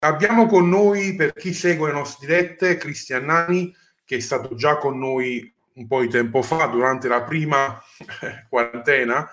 Abbiamo con noi, per chi segue le nostre dirette, Cristian Nani, che è stato già con noi un po' di tempo fa, durante la prima quarantena,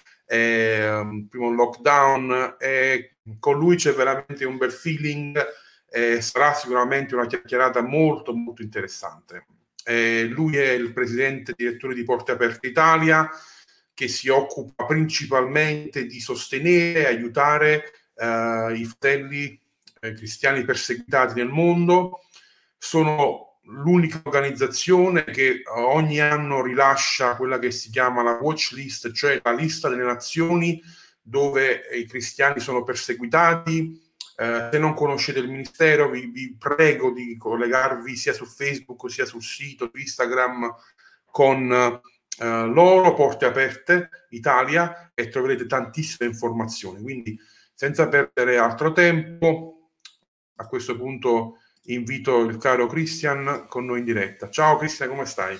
primo lockdown, e con lui c'è veramente un bel feeling, sarà sicuramente una chiacchierata molto molto interessante. Lui è il presidente direttore di Porte Aperte Italia, che si occupa principalmente di sostenere e aiutare i fratelli cristiani perseguitati nel mondo. Sono l'unica organizzazione che ogni anno rilascia quella che si chiama la watch list, cioè la lista delle nazioni dove i cristiani sono perseguitati. Se non conoscete il ministero, vi prego di collegarvi sia su Facebook sia sul sito Instagram con loro, Porte Aperte Italia, e troverete tantissime informazioni. Quindi, senza perdere altro tempo, a questo punto invito il caro Cristian con noi in diretta. Ciao Cristian, come stai?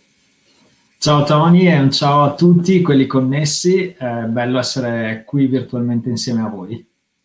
Ciao Tony e un ciao a tutti quelli connessi, è bello essere qui virtualmente insieme a voi.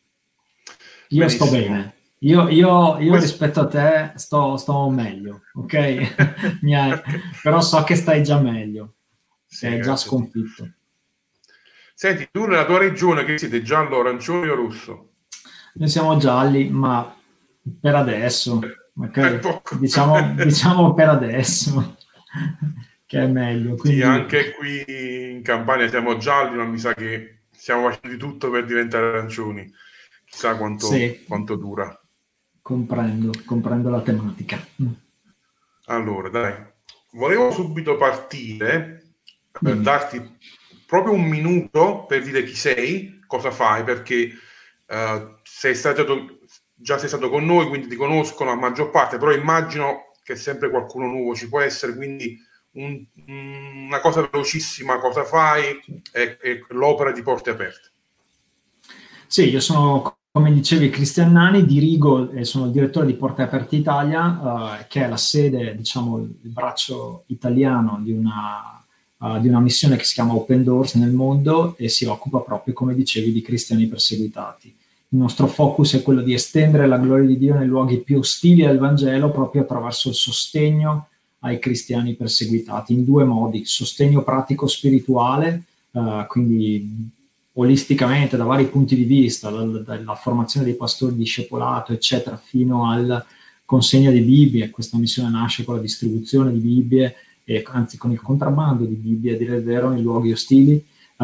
Io Benissimo. Sto bene, io rispetto a te sto meglio, ok? Però so che stai già meglio, sei già sconfitto. Senti, tu nella tua regione che siete, giallo, arancione o rosso? Noi siamo gialli, ma per adesso, ok? Diciamo per adesso, che è meglio. Quindi... Sì, anche qui in Campania siamo gialli, ma mi sa che stiamo facendo di tutto per diventare arancioni. Chissà quanto dura. Comprendo la tematica. Allora, dai, volevo subito partire per darti proprio un minuto per dire chi sei, cosa fai, perché sei stato con noi, quindi ti conosco la maggior parte, però immagino che sempre qualcuno nuovo ci può essere, quindi una cosa velocissima, cosa fai e l'opera di Porte Aperte. Sì, io sono, come dicevi, Cristian Nani, dirigo e sono il direttore di Porte Aperte Italia, che è la sede, diciamo, il braccio italiano di una missione che si chiama Open Doors nel mondo e si occupa proprio, come dicevi, di cristiani perseguitati. Il nostro focus è quello di estendere la gloria di Dio nei luoghi più ostili al Vangelo proprio attraverso il sostegno ai cristiani perseguitati in due modi: sostegno pratico spirituale, quindi olisticamente da vari punti di vista, dalla formazione dei pastori, discepolato, eccetera, fino al consegna di Bibbie. Questa missione nasce con la distribuzione di Bibbie, anzi con il contrabbando di Bibbie, a dire il vero, nei luoghi ostili,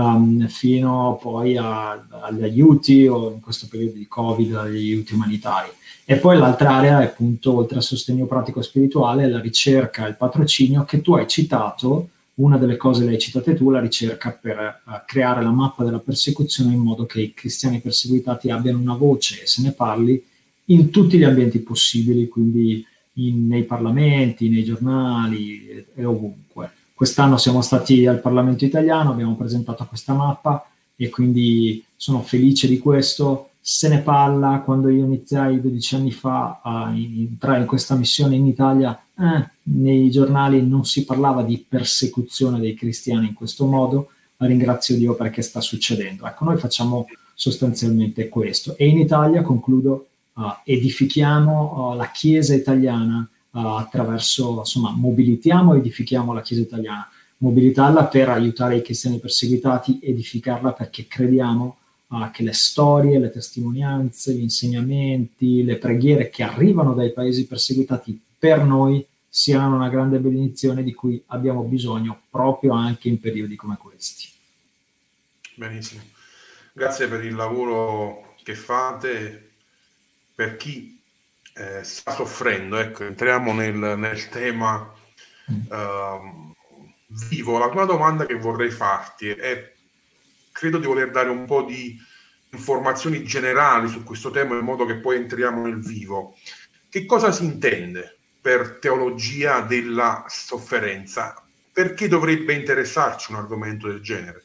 fino poi agli aiuti, o in questo periodo di Covid, agli aiuti umanitari. E poi l'altra area è appunto, oltre al sostegno pratico spirituale, la ricerca e il patrocinio che tu hai citato. Una delle cose le hai citate tu, la ricerca per creare la mappa della persecuzione in modo che i cristiani perseguitati abbiano una voce e se ne parli in tutti gli ambienti possibili, quindi nei parlamenti, nei giornali e ovunque. Quest'anno siamo stati al Parlamento italiano, abbiamo presentato questa mappa e quindi sono felice di questo. Se ne parla. Quando io iniziai 12 anni fa a entrare in questa missione in Italia, nei giornali non si parlava di persecuzione dei cristiani in questo modo. Ringrazio Dio perché sta succedendo. Ecco, noi facciamo sostanzialmente questo e in Italia, concludo, edifichiamo la Chiesa italiana attraverso, insomma, mobilitiamo e edifichiamo la Chiesa italiana, mobilitarla per aiutare i cristiani perseguitati, edificarla perché crediamo che le storie, le testimonianze, gli insegnamenti, le preghiere che arrivano dai paesi perseguitati per noi siano una grande benedizione di cui abbiamo bisogno proprio anche in periodi come questi. Benissimo, grazie per il lavoro che fate per chi sta soffrendo. Ecco, entriamo nel tema vivo. La prima domanda che vorrei farti è: credo di voler dare un po' di informazioni generali su questo tema in modo che poi entriamo nel vivo. Che cosa si intende per teologia della sofferenza? Perché dovrebbe interessarci un argomento del genere?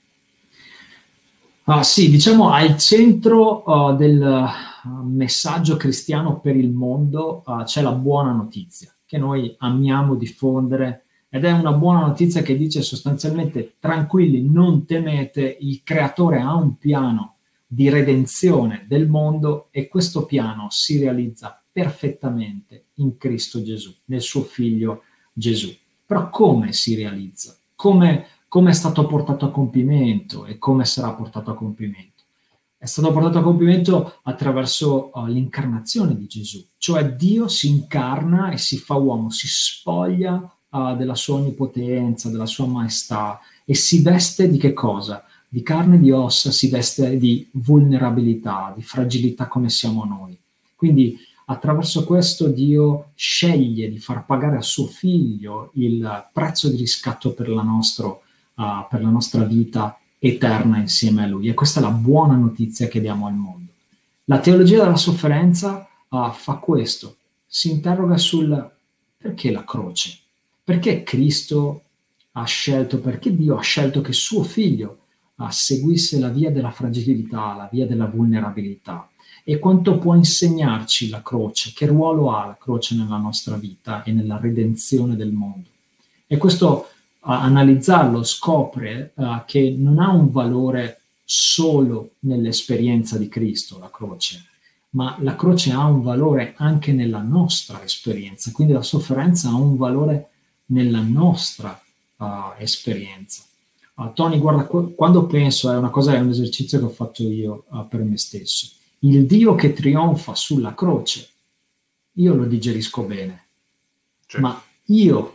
Sì, diciamo al centro del messaggio cristiano per il mondo c'è la buona notizia che noi amiamo diffondere. Ed è una buona notizia che dice sostanzialmente: tranquilli, non temete, il creatore ha un piano, di redenzione del mondo, e questo piano si realizza perfettamente in Cristo Gesù, nel suo figlio Gesù. Però come si realizza? Come è stato portato a compimento e come sarà portato a compimento? È stato portato a compimento attraverso l'incarnazione di Gesù, cioè Dio si incarna e si fa uomo, si spoglia della sua onnipotenza, della sua maestà, e si veste di che cosa? Di carne e di ossa, si veste di vulnerabilità, di fragilità come siamo noi. Quindi attraverso questo Dio sceglie di far pagare a suo figlio il prezzo di riscatto per la nostra vita eterna insieme a lui. E questa è la buona notizia che diamo al mondo. La teologia della sofferenza fa questo, si interroga sul perché la croce, perché Cristo ha scelto, perché Dio ha scelto che suo figlio seguisse la via della fragilità, la via della vulnerabilità, e quanto può insegnarci la croce, che ruolo ha la croce nella nostra vita e nella redenzione del mondo. E questo analizzarlo scopre che non ha un valore solo nell'esperienza di Cristo, la croce, ma la croce ha un valore anche nella nostra esperienza, quindi la sofferenza ha un valore nella nostra esperienza. Tony, guarda, quando penso, è un esercizio che ho fatto io per me stesso, il Dio che trionfa sulla croce, io lo digerisco bene, certo. Ma io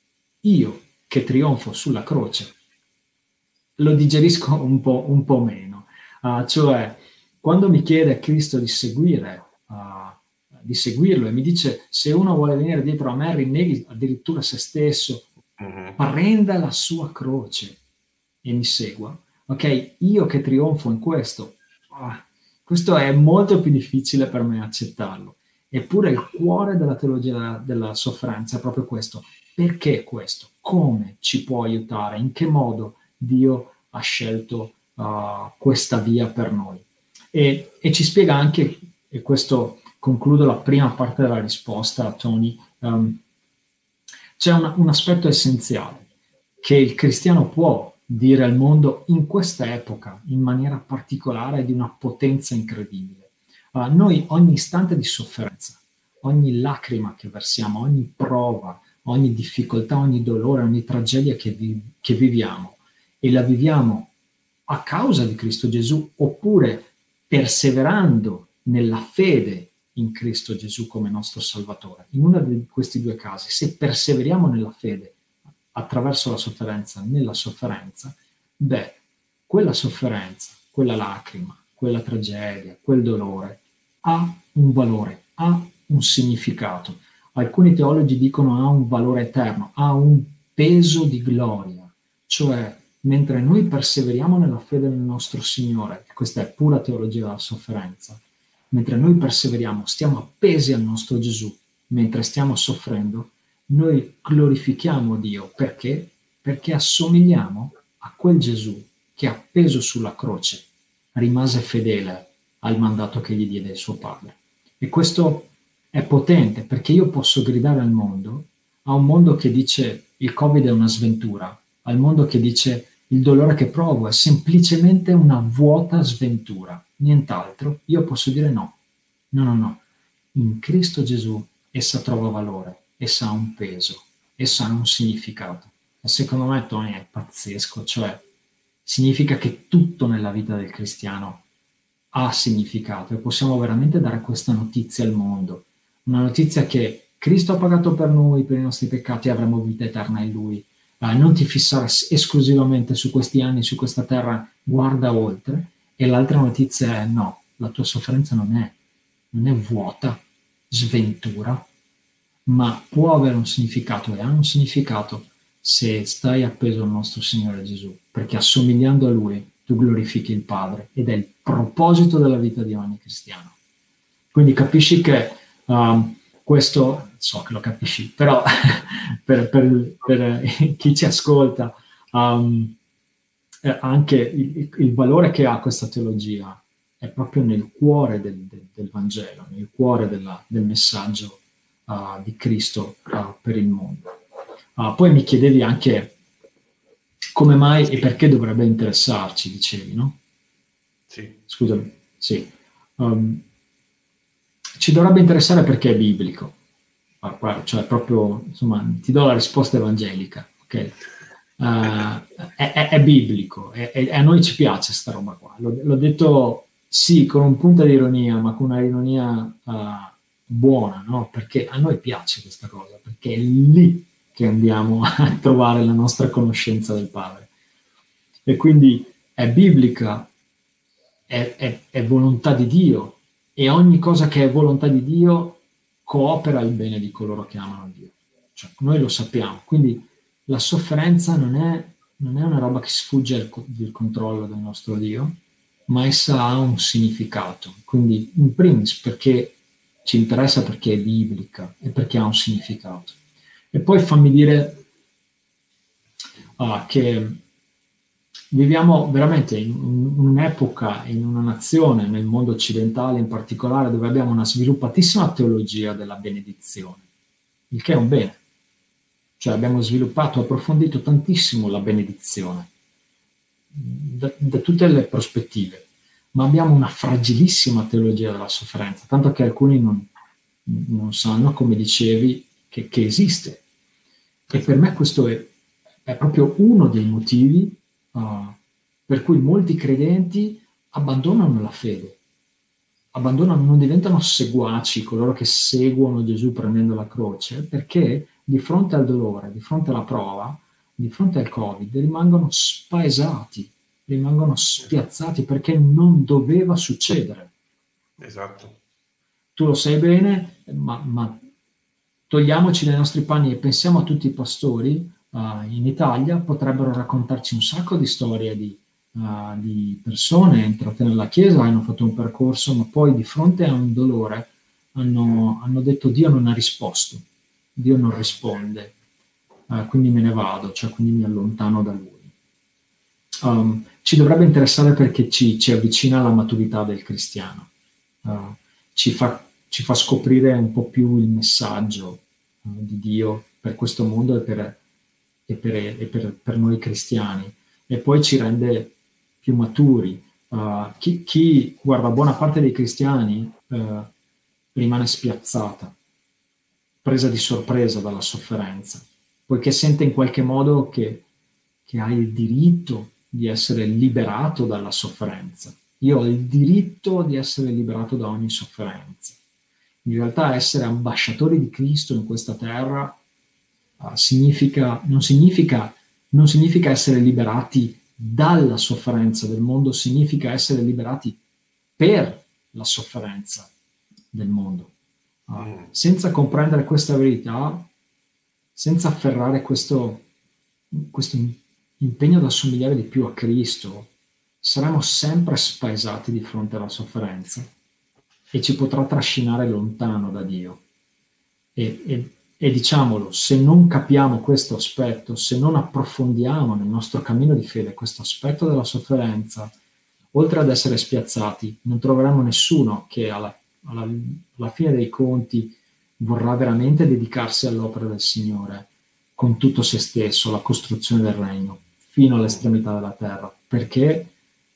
che trionfo sulla croce lo digerisco un po' meno. Cioè, quando mi chiede Cristo di seguirlo e mi dice se uno vuole venire dietro a me rinneghi addirittura se stesso, prenda la sua croce e mi segua. Ok, io che trionfo in questo è molto più difficile per me accettarlo. Eppure il cuore della teologia della sofferenza è proprio questo. Perché questo? Come ci può aiutare? In che modo Dio ha scelto questa via per noi? E ci spiega anche, e questo concludo la prima parte della risposta, Tony, c'è un aspetto essenziale che il cristiano può dire al mondo in questa epoca, in maniera particolare, di una potenza incredibile. Noi ogni istante di sofferenza, ogni lacrima che versiamo, ogni prova, ogni difficoltà, ogni dolore, ogni tragedia che viviamo, e la viviamo a causa di Cristo Gesù, oppure perseverando nella fede in Cristo Gesù come nostro Salvatore. In uno di questi due casi, se perseveriamo nella fede attraverso la sofferenza, nella sofferenza, quella sofferenza, quella lacrima, quella tragedia, quel dolore ha un valore, ha un significato. Alcuni teologi dicono ha un valore eterno, ha un peso di gloria, cioè mentre noi perseveriamo nella fede nel nostro Signore, questa è pura teologia della sofferenza, mentre noi perseveriamo, stiamo appesi al nostro Gesù, mentre stiamo soffrendo, noi glorifichiamo Dio. Perché? Perché assomigliamo a quel Gesù che appeso sulla croce rimase fedele al mandato che gli diede il suo Padre. E questo è potente, perché io posso gridare al mondo, a un mondo che dice il Covid è una sventura, al mondo che dice il dolore che provo è semplicemente una vuota sventura, nient'altro. Io posso dire no. In Cristo Gesù essa trova valore, essa ha un peso, essa ha un significato. E secondo me, Tony, è pazzesco, cioè significa che tutto nella vita del cristiano ha significato e possiamo veramente dare questa notizia al mondo, una notizia che Cristo ha pagato per noi, per i nostri peccati, e avremo vita eterna in Lui. Non ti fissare esclusivamente su questi anni, su questa terra, guarda oltre. E l'altra notizia è no, la tua sofferenza non è vuota, sventura, ma può avere un significato, e ha un significato se stai appeso al nostro Signore Gesù, perché assomigliando a Lui tu glorifichi il Padre, ed è il proposito della vita di ogni cristiano. Quindi capisci che questo, so che lo capisci, però per chi ci ascolta, anche il valore che ha questa teologia è proprio nel cuore del Vangelo, nel cuore del messaggio di Cristo per il mondo. Poi mi chiedevi anche come mai e perché dovrebbe interessarci, dicevi, no? Sì. Scusami, sì. Ci dovrebbe interessare perché è biblico. Cioè proprio, insomma, ti do la risposta evangelica, ok? È biblico e a noi ci piace sta roba qua. L'ho detto sì con un punto di ironia, ma con una ironia buona, no? Perché a noi piace questa cosa, perché è lì che andiamo a trovare la nostra conoscenza del Padre. E quindi è biblica, è volontà di Dio e ogni cosa che è volontà di Dio coopera il bene di coloro che amano Dio. Cioè, noi lo sappiamo, quindi la sofferenza non è una roba che sfugge al controllo del nostro Dio, ma essa ha un significato. Quindi, in primis, perché ci interessa perché è biblica e perché ha un significato. E poi fammi dire che viviamo veramente in un'epoca, in una nazione, nel mondo occidentale in particolare, dove abbiamo una sviluppatissima teologia della benedizione, il che è un bene. Cioè abbiamo sviluppato, approfondito tantissimo la benedizione, da tutte le prospettive, ma abbiamo una fragilissima teologia della sofferenza, tanto che alcuni non sanno, come dicevi, che esiste. E per me questo è proprio uno dei motivi per cui molti credenti abbandonano la fede, abbandonano, non diventano seguaci, coloro che seguono Gesù prendendo la croce, perché di fronte al dolore, di fronte alla prova, di fronte al Covid, rimangono spaesati, rimangono spiazzati perché non doveva succedere. Esatto. Tu lo sai bene, ma togliamoci dai nostri panni e pensiamo a tutti i pastori in Italia, potrebbero raccontarci un sacco di storie di persone entrate nella Chiesa, hanno fatto un percorso, ma poi di fronte a un dolore hanno detto Dio non ha risposto, Dio non risponde, quindi me ne vado, cioè quindi mi allontano da Lui. Ci dovrebbe interessare perché ci avvicina alla maturità del cristiano, ci fa scoprire un po' più il messaggio di Dio per questo mondo per noi cristiani e poi ci rende più maturi. Guarda, buona parte dei cristiani rimane spiazzata, presa di sorpresa dalla sofferenza, poiché sente in qualche modo che ha il diritto di essere liberato dalla sofferenza. Io ho il diritto di essere liberato da ogni sofferenza. In realtà essere ambasciatori di Cristo in questa terra non significa essere liberati dalla sofferenza del mondo, significa essere liberati per la sofferenza del mondo. Senza comprendere questa verità, senza afferrare questo impegno ad assomigliare di più a Cristo, saremo sempre spaesati di fronte alla sofferenza e ci potrà trascinare lontano da Dio. E diciamolo, se non capiamo questo aspetto, se non approfondiamo nel nostro cammino di fede questo aspetto della sofferenza, oltre ad essere spiazzati, non troveremo nessuno che alla fine dei conti vorrà veramente dedicarsi all'opera del Signore con tutto se stesso, alla costruzione del regno, fino all'estremità della terra. Perché?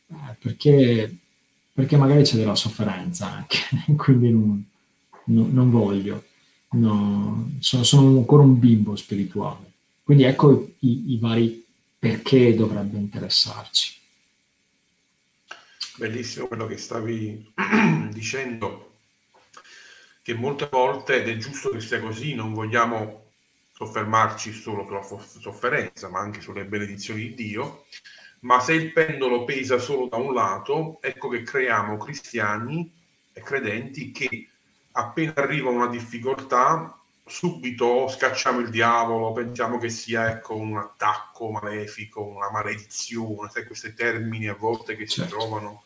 Perché magari c'è della sofferenza anche, quindi non voglio. No, sono ancora un bimbo spirituale. Quindi ecco i vari perché dovrebbe interessarci. Bellissimo quello che stavi dicendo, che molte volte, ed è giusto che sia così, non vogliamo soffermarci solo sulla sofferenza, ma anche sulle benedizioni di Dio, ma se il pendolo pesa solo da un lato, ecco che creiamo cristiani e credenti che appena arriva una difficoltà subito scacciamo il diavolo, pensiamo che sia ecco, un attacco malefico, una maledizione, sai, questi termini a volte che si trovano.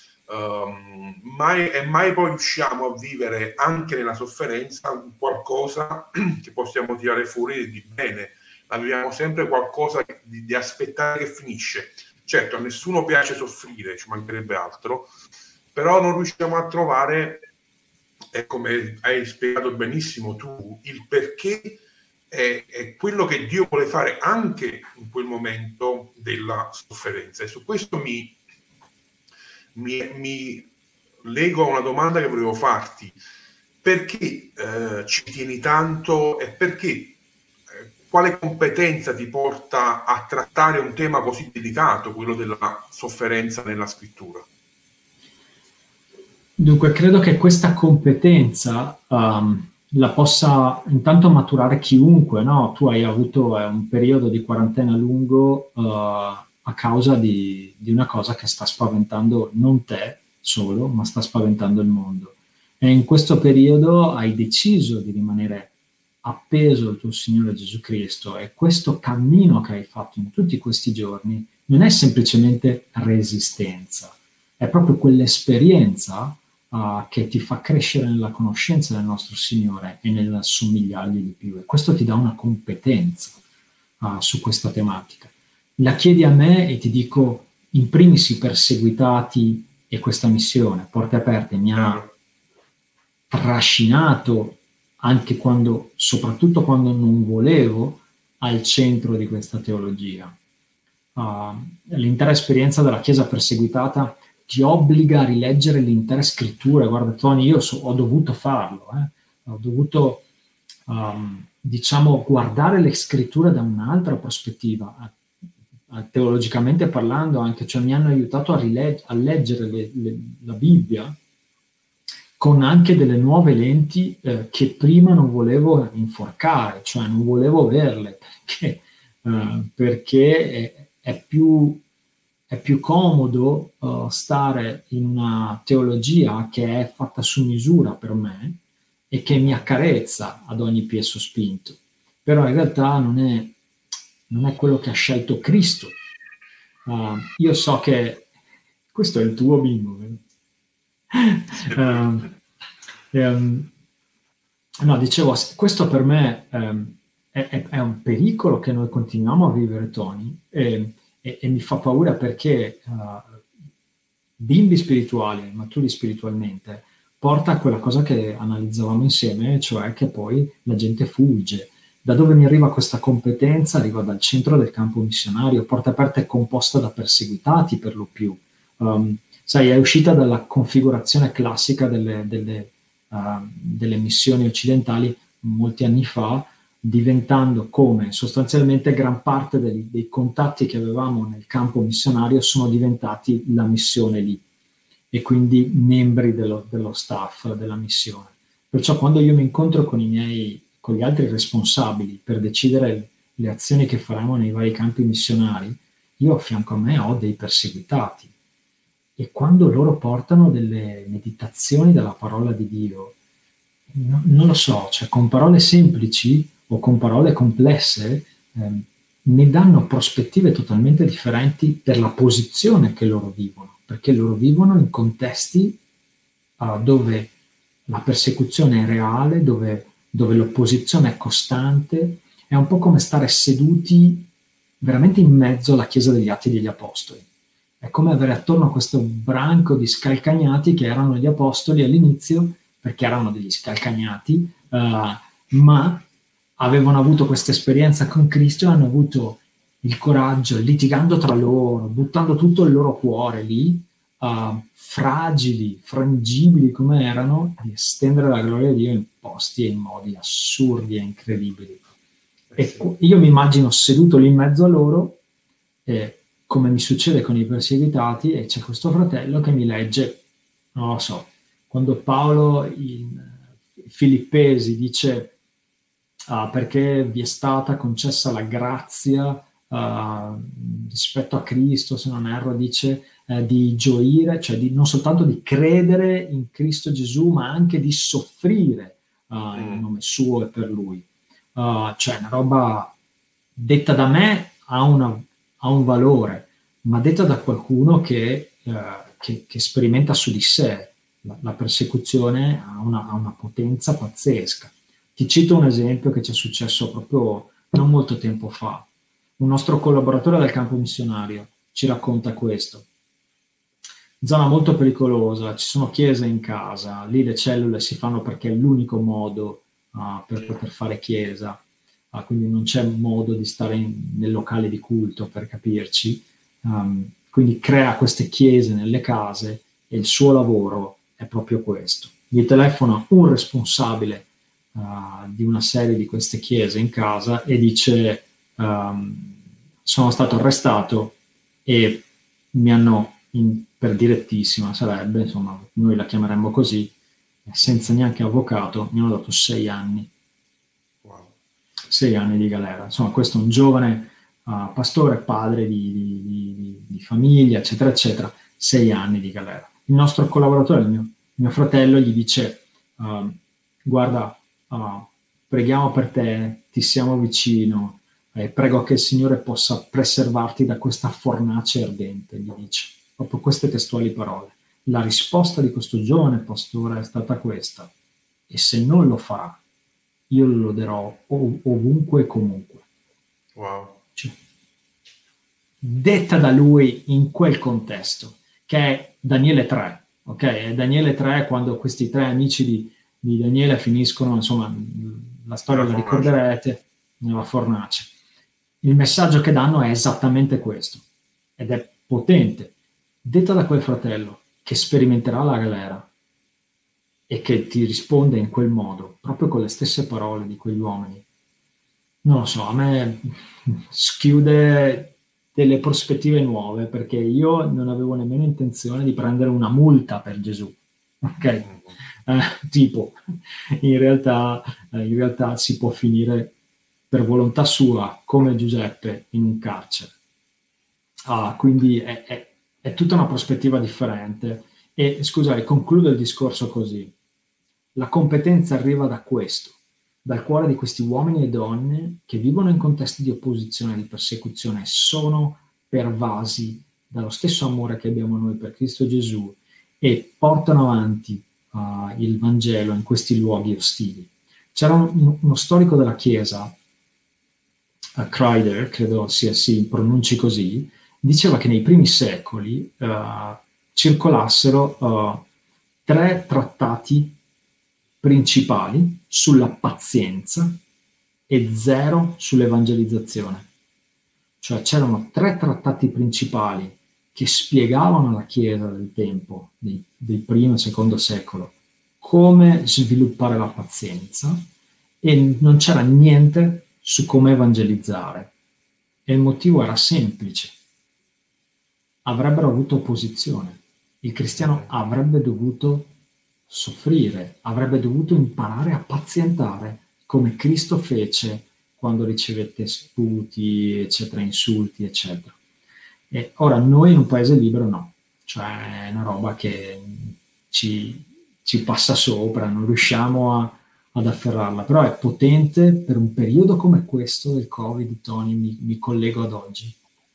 Mai poi riusciamo a vivere anche nella sofferenza qualcosa che possiamo tirare fuori di bene. Abbiamo sempre qualcosa di aspettare che finisce. Certo, a nessuno piace soffrire, ci mancherebbe altro, però non riusciamo a trovare, come hai spiegato benissimo tu, il perché è quello che Dio vuole fare anche in quel momento della sofferenza. E su questo mi mi lego a una domanda che volevo farti. Perché ci tieni tanto e perché, quale competenza ti porta a trattare un tema così delicato, quello della sofferenza nella scrittura? Dunque, credo che questa competenza la possa intanto maturare chiunque, no? Tu hai avuto un periodo di quarantena lungo a causa di una cosa che sta spaventando non te solo, ma sta spaventando il mondo. E in questo periodo hai deciso di rimanere appeso al tuo Signore Gesù Cristo e questo cammino che hai fatto in tutti questi giorni non è semplicemente resistenza, è proprio quell'esperienza che ti fa crescere nella conoscenza del nostro Signore e nel somigliargli di più. E questo ti dà una competenza su questa tematica. La chiedi a me e ti dico, in primis i perseguitati e questa missione, Porte Aperte, mi ha trascinato anche quando, soprattutto quando non volevo, al centro di questa teologia. L'intera esperienza della Chiesa perseguitata ti obbliga a rileggere l'intera scrittura. Guarda Tony, io ho dovuto farlo, ho dovuto diciamo guardare le scritture da un'altra prospettiva, teologicamente parlando anche, cioè mi hanno aiutato a leggere la Bibbia con anche delle nuove lenti che prima non volevo inforcare, cioè non volevo averle, perché è più comodo stare in una teologia che è fatta su misura per me e che mi accarezza ad ogni piè sospinto. Però in realtà non è quello che ha scelto Cristo. Io so che questo è il tuo bingo, vero? No, dicevo, questo per me è un pericolo che noi continuiamo a vivere, Tony, e mi fa paura perché bimbi spirituali, maturi spiritualmente, porta a quella cosa che analizzavamo insieme, cioè che poi la gente fugge. Da dove mi arriva questa competenza? Arriva dal centro del campo missionario. Porta Aperta è composta da perseguitati per lo più. Sai, è uscita dalla configurazione classica delle missioni occidentali molti anni fa, diventando come sostanzialmente gran parte dei contatti che avevamo nel campo missionario sono diventati la missione lì e quindi membri dello staff della missione. Perciò quando io mi incontro con gli altri responsabili per decidere le azioni che faremo nei vari campi missionari, io a fianco a me ho dei perseguitati. E quando loro portano delle meditazioni della parola di Dio, non lo so, cioè con parole semplici o con parole complesse, ne danno prospettive totalmente differenti per la posizione che loro vivono, perché loro vivono in contesti dove la persecuzione è reale, dove l'opposizione è costante, è un po' come stare seduti veramente in mezzo alla Chiesa degli Atti degli Apostoli. È come avere attorno a questo branco di scalcagnati che erano gli apostoli all'inizio, perché erano degli scalcagnati, ma avevano avuto questa esperienza con Cristo e hanno avuto il coraggio, litigando tra loro, buttando tutto il loro cuore lì, fragili, frangibili come erano, di estendere la gloria di Dio in posti e in modi assurdi e incredibili. E io mi immagino seduto lì in mezzo a loro, come mi succede con i perseguitati, e c'è questo fratello che mi legge, non lo so, quando Paolo in Filippesi dice perché vi è stata concessa la grazia rispetto a Cristo, se non erro, dice di gioire, cioè non soltanto di credere in Cristo Gesù, ma anche di soffrire in nome suo e per lui. Cioè una roba detta da me ha un valore, ma detta da qualcuno che sperimenta su di sé la persecuzione, ha una potenza pazzesca. Ti cito un esempio che ci è successo proprio non molto tempo fa. Un nostro collaboratore del campo missionario ci racconta questo. Zona molto pericolosa, ci sono chiese in casa, lì le cellule si fanno perché è l'unico modo per poter fare chiesa, quindi non c'è modo di stare nel locale di culto, per capirci. Quindi crea queste chiese nelle case e il suo lavoro è proprio questo. Gli telefona un responsabile di una serie di queste chiese in casa e dice sono stato arrestato e mi hanno, per direttissima sarebbe, insomma, noi la chiameremmo così, senza neanche avvocato, mi hanno dato 6 anni. Wow. 6 anni di galera. Insomma, questo è un giovane pastore, padre di famiglia, eccetera, eccetera, 6 anni di galera. Il nostro collaboratore, il mio fratello, gli dice, guarda, preghiamo per te, ti siamo vicino, prego che il Signore possa preservarti da questa fornace ardente, gli dice. Proprio queste testuali parole. La risposta di questo giovane pastore è stata questa: e se non lo farà, io lo loderò ovunque e comunque. Wow. Cioè, detta da lui in quel contesto, che è Daniele 3, ok? È Daniele 3 quando questi 3 amici di Daniele finiscono, insomma, la storia la ricorderete, nella fornace. Il messaggio che danno è esattamente questo, ed è potente, detta da quel fratello che sperimenterà la galera e che ti risponde in quel modo, proprio con le stesse parole di quegli uomini. Non lo so, a me schiude delle prospettive nuove, perché io non avevo nemmeno intenzione di prendere una multa per Gesù, ok? Tipo, in realtà si può finire per volontà sua, come Giuseppe, in un carcere. Quindi è tutta una prospettiva differente. E scusate, concludo il discorso così. La competenza arriva da questo, dal cuore di questi uomini e donne che vivono in contesti di opposizione e di persecuzione, sono pervasi dallo stesso amore che abbiamo noi per Cristo Gesù e portano avanti il Vangelo in questi luoghi ostili. C'era uno storico della Chiesa, Kreider, credo si pronunci così, diceva che nei primi secoli circolassero 3 trattati principali sulla pazienza e 0 sull'evangelizzazione. Cioè c'erano 3 trattati principali che spiegavano alla Chiesa del tempo, del primo e secondo secolo, come sviluppare la pazienza, e non c'era niente su come evangelizzare. E il motivo era semplice: avrebbero avuto opposizione. Il cristiano avrebbe dovuto soffrire, avrebbe dovuto imparare a pazientare, come Cristo fece quando ricevette sputi, eccetera, insulti, eccetera. E ora noi in un paese libero no, cioè è una roba che ci passa sopra, non riusciamo ad afferrarla, però è potente per un periodo come questo del Covid. Tony, mi collego ad oggi.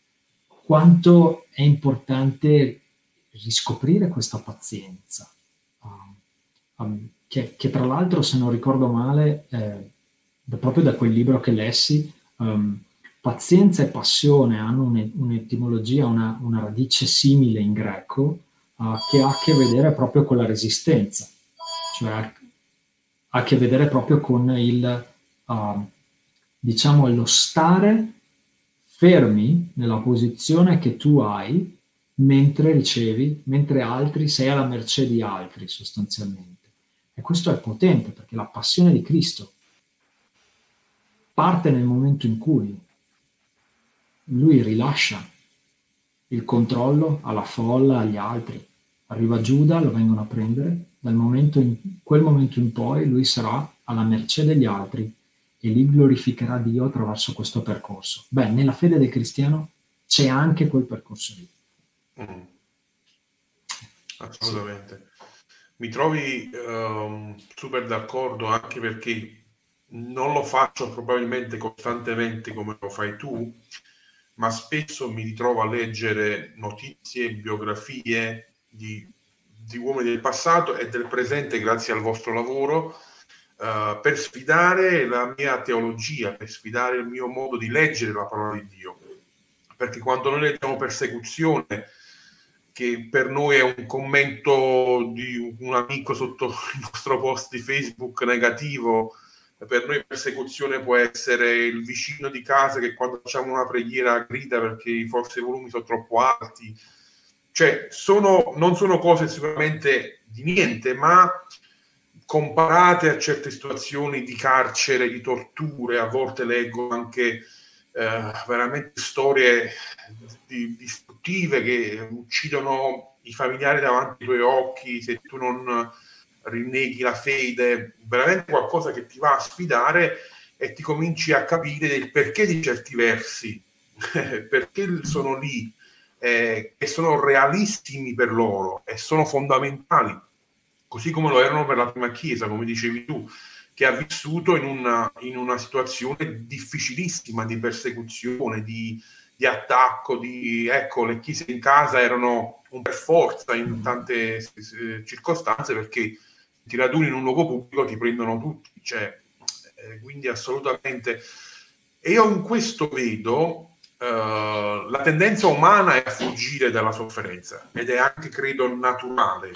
Quanto è importante riscoprire questa pazienza, che tra l'altro, se non ricordo male, proprio da quel libro che lessi, pazienza e passione hanno un'etimologia, una radice simile in greco, che ha a che vedere proprio con la resistenza, cioè ha a che vedere proprio con diciamo, lo stare fermi nella posizione che tu hai mentre ricevi, mentre altri, sei alla mercé di altri sostanzialmente. E questo è potente, perché la passione di Cristo parte nel momento in cui lui rilascia il controllo alla folla, agli altri. Arriva Giuda, lo vengono a prendere, quel momento in poi lui sarà alla mercé degli altri e lì glorificherà Dio attraverso questo percorso. Beh, nella fede del cristiano c'è anche quel percorso lì. Assolutamente. Sì. Mi trovi super d'accordo, anche perché non lo faccio probabilmente costantemente come lo fai tu, ma spesso mi ritrovo a leggere notizie, biografie di uomini del passato e del presente grazie al vostro lavoro, per sfidare la mia teologia, per sfidare il mio modo di leggere la parola di Dio. Perché quando noi leggiamo persecuzione, che per noi è un commento di un amico sotto il nostro post di Facebook negativo, per noi persecuzione può essere il vicino di casa che quando facciamo una preghiera grida perché forse i volumi sono troppo alti. Cioè, non sono cose sicuramente di niente, ma comparate a certe situazioni di carcere, di torture, a volte leggo anche veramente storie distruttive che uccidono i familiari davanti ai tuoi occhi se tu non rinneghi la fede, veramente qualcosa che ti va a sfidare e ti cominci a capire il perché di certi versi, perché sono lì, e sono realissimi per loro e sono fondamentali, così come lo erano per la prima Chiesa, come dicevi tu, che ha vissuto in una situazione difficilissima di persecuzione, di attacco, ecco, le chiese in casa erano un per forza in tante circostanze, perché ti raduni in un luogo pubblico, ti prendono tutti, cioè, quindi assolutamente. E io in questo vedo la tendenza umana è a fuggire dalla sofferenza, ed è anche, credo, naturale.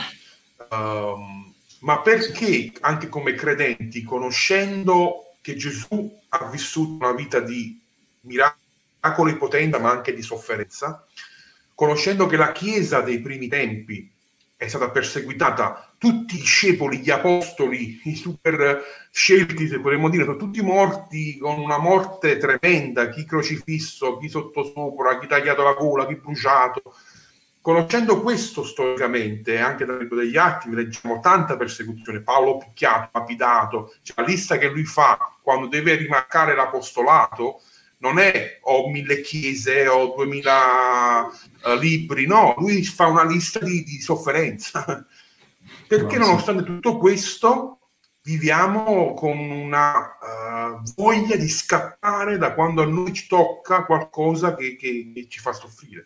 Ma perché anche come credenti, conoscendo che Gesù ha vissuto una vita di miracoli potenti, ma anche di sofferenza, conoscendo che la Chiesa dei primi tempi è stata perseguitata, tutti i discepoli, gli apostoli, i super scelti, se potremmo dire, sono tutti morti con una morte tremenda, chi crocifisso, chi sottosopra, chi tagliato la gola, chi bruciato. Conoscendo questo storicamente, anche dal libro degli Atti, leggiamo tanta persecuzione, Paolo picchiato, lapidato, cioè la lista che lui fa quando deve rimarcare l'apostolato non è ho 1000 chiese o 2000 libri, no, lui fa una lista di sofferenza, perché nonostante tutto questo viviamo con una voglia di scappare da quando a noi ci tocca qualcosa che ci fa soffrire.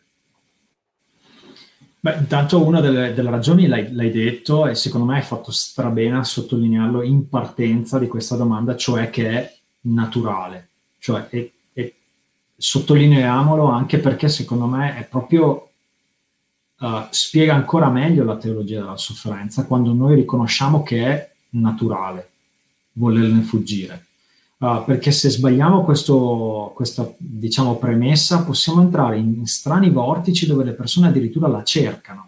Beh, intanto una delle ragioni l'hai detto, e secondo me hai fatto strabene a sottolinearlo in partenza di questa domanda, cioè che è naturale. Cioè, e sottolineiamolo anche perché secondo me è proprio spiega ancora meglio la teologia della sofferenza quando noi riconosciamo che è naturale volerne fuggire. Perché se sbagliamo questa diciamo premessa possiamo entrare in strani vortici dove le persone addirittura la cercano.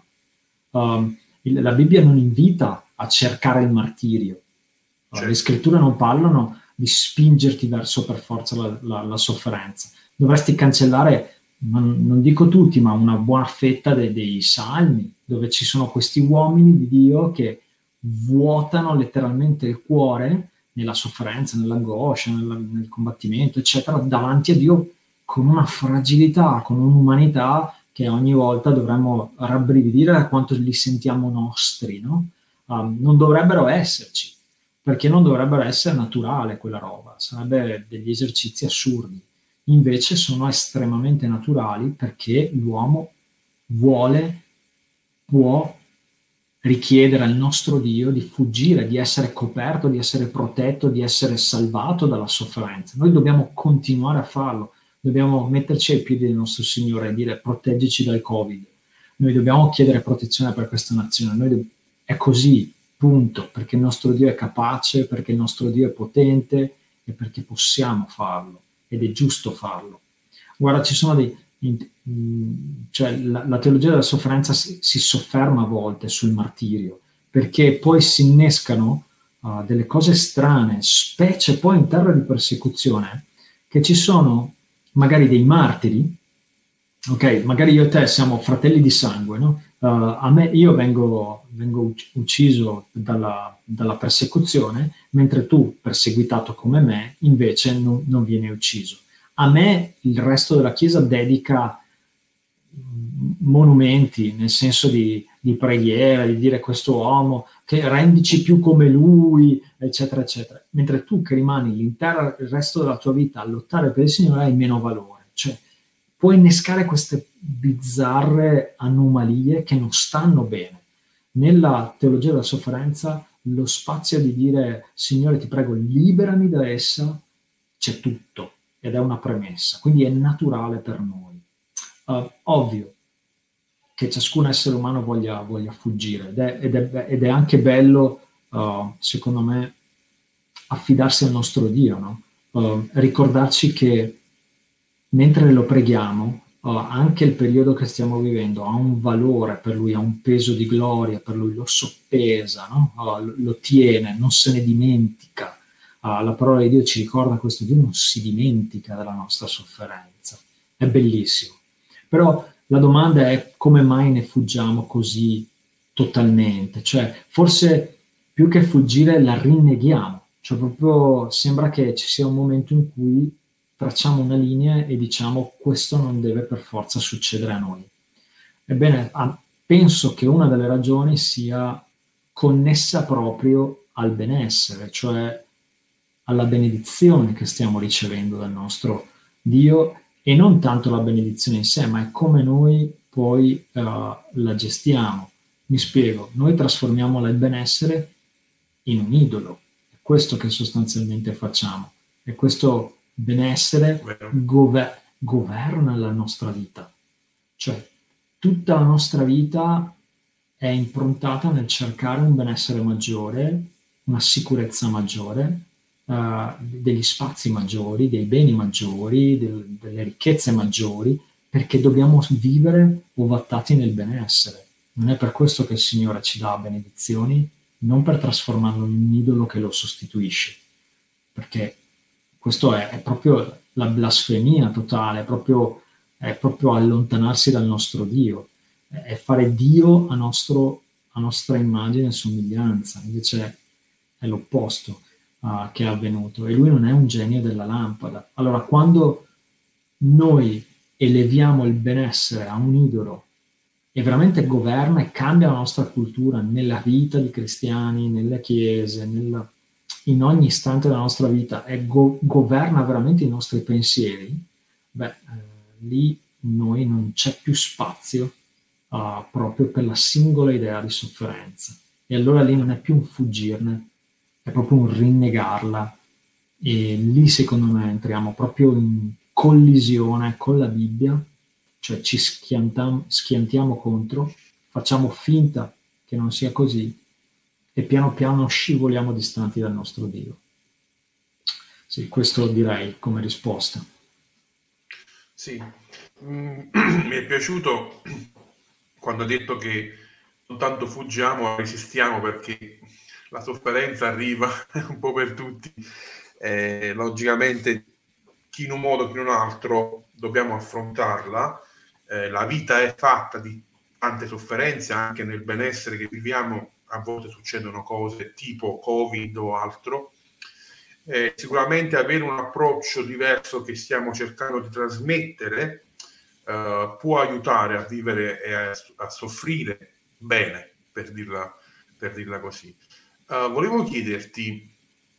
La Bibbia non invita a cercare il martirio. Le scritture non parlano di spingerti verso per forza la sofferenza. Dovresti cancellare, non dico tutti, ma una buona fetta dei salmi, dove ci sono questi uomini di Dio che vuotano letteralmente il cuore nella sofferenza, nell'angoscia, nel combattimento, eccetera, davanti a Dio con una fragilità, con un'umanità che ogni volta dovremmo rabbrividire da quanto li sentiamo nostri, no? Non dovrebbero esserci, perché non dovrebbero essere naturale quella roba, sarebbe degli esercizi assurdi. Invece sono estremamente naturali perché l'uomo vuole, può richiedere al nostro Dio di fuggire, di essere coperto, di essere protetto, di essere salvato dalla sofferenza. Noi dobbiamo continuare a farlo, dobbiamo metterci ai piedi del nostro Signore e dire proteggici dal Covid. Noi dobbiamo chiedere protezione per questa nazione. È così, punto, perché il nostro Dio è capace, perché il nostro Dio è potente e perché possiamo farlo ed è giusto farlo. Guarda, ci sono cioè la teologia della sofferenza si sofferma a volte sul martirio, perché poi si innescano delle cose strane, specie poi in terra di persecuzione, che ci sono magari dei martiri, ok, magari io e te siamo fratelli di sangue, no? Io vengo ucciso dalla persecuzione, mentre tu, perseguitato come me, invece non vieni ucciso. A me il resto della Chiesa dedica monumenti, nel senso di preghiera, di dire questo uomo, che rendici più come lui, eccetera, eccetera. Mentre tu che rimani il resto della tua vita a lottare per il Signore hai meno valore. Cioè, puoi innescare queste bizzarre anomalie che non stanno bene. Nella teologia della sofferenza lo spazio di dire Signore ti prego liberami da essa c'è tutto ed è una premessa, quindi è naturale per noi. Ovvio che ciascun essere umano voglia fuggire ed è anche bello secondo me affidarsi al nostro Dio, no? Ricordarci che mentre lo preghiamo anche il periodo che stiamo vivendo ha un valore per lui, ha un peso di gloria, per lui lo soppesa, no? Lo tiene, non se ne dimentica. La parola di Dio ci ricorda questo, Dio non si dimentica della nostra sofferenza. È bellissimo. Però la domanda è come mai ne fuggiamo così totalmente? Cioè, forse più che fuggire la rinneghiamo. Cioè, proprio sembra che ci sia un momento in cui tracciamo una linea e diciamo questo non deve per forza succedere a noi. Ebbene, penso che una delle ragioni sia connessa proprio al benessere, cioè alla benedizione che stiamo ricevendo dal nostro Dio, e non tanto la benedizione in sé, ma è come noi poi la gestiamo. Mi spiego, noi trasformiamo il benessere in un idolo, è questo che sostanzialmente facciamo, e questo benessere governa la nostra vita, cioè tutta la nostra vita è improntata nel cercare un benessere maggiore, una sicurezza maggiore, degli spazi maggiori, dei beni maggiori, delle ricchezze maggiori, perché dobbiamo vivere ovattati nel benessere. Non è per questo che il Signore ci dà benedizioni, non per trasformarlo in un idolo che lo sostituisce, perché questo è proprio la blasfemia totale, è proprio allontanarsi dal nostro Dio, è fare Dio a nostra immagine e somiglianza, invece è l'opposto che è avvenuto, e lui non è un genio della lampada. Allora, quando noi eleviamo il benessere a un idolo e veramente governa e cambia la nostra cultura nella vita di cristiani, nelle chiese, in ogni istante della nostra vita, e governa veramente i nostri pensieri, lì noi non c'è più spazio proprio per la singola idea di sofferenza. E allora lì non è più un fuggirne, è proprio un rinnegarla, e lì secondo me entriamo proprio in collisione con la Bibbia, cioè ci schiantiamo contro, facciamo finta che non sia così e piano piano scivoliamo distanti dal nostro Dio. Sì, questo direi come risposta. Sì, mi è piaciuto quando ha detto che non tanto fuggiamo, ma resistiamo, perché la sofferenza arriva un po' per tutti. Logicamente, chi in un modo, chi in un altro, dobbiamo affrontarla. La vita è fatta di tante sofferenze, anche nel benessere che viviamo a volte succedono cose tipo Covid o altro. Sicuramente avere un approccio diverso che stiamo cercando di trasmettere può aiutare a vivere e a soffrire bene, per dirla così. Volevo chiederti,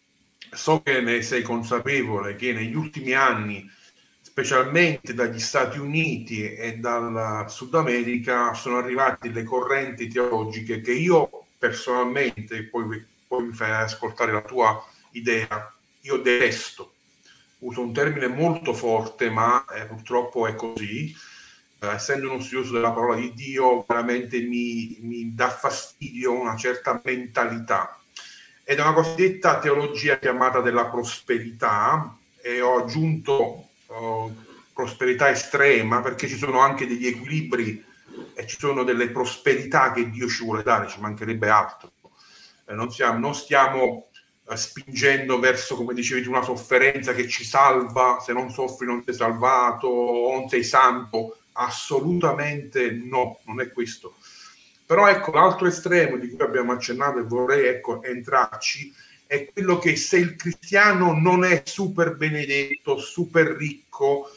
so che ne sei consapevole, che negli ultimi anni, specialmente dagli Stati Uniti e dal Sud America, sono arrivate le correnti teologiche che io personalmente, poi mi fai ascoltare la tua idea, io detesto. Uso un termine molto forte, ma purtroppo è così. Essendo uno studioso della parola di Dio, veramente mi dà fastidio una certa mentalità. Ed è una cosiddetta teologia chiamata della prosperità, e ho aggiunto prosperità estrema, perché ci sono anche degli equilibri e ci sono delle prosperità che Dio ci vuole dare, ci mancherebbe altro. Non stiamo spingendo verso, come dicevi tu, una sofferenza che ci salva, se non soffri non sei salvato, o non sei santo. Assolutamente no, non è questo. Però ecco, l'altro estremo di cui abbiamo accennato e vorrei entrarci è quello che se il cristiano non è super benedetto, super ricco,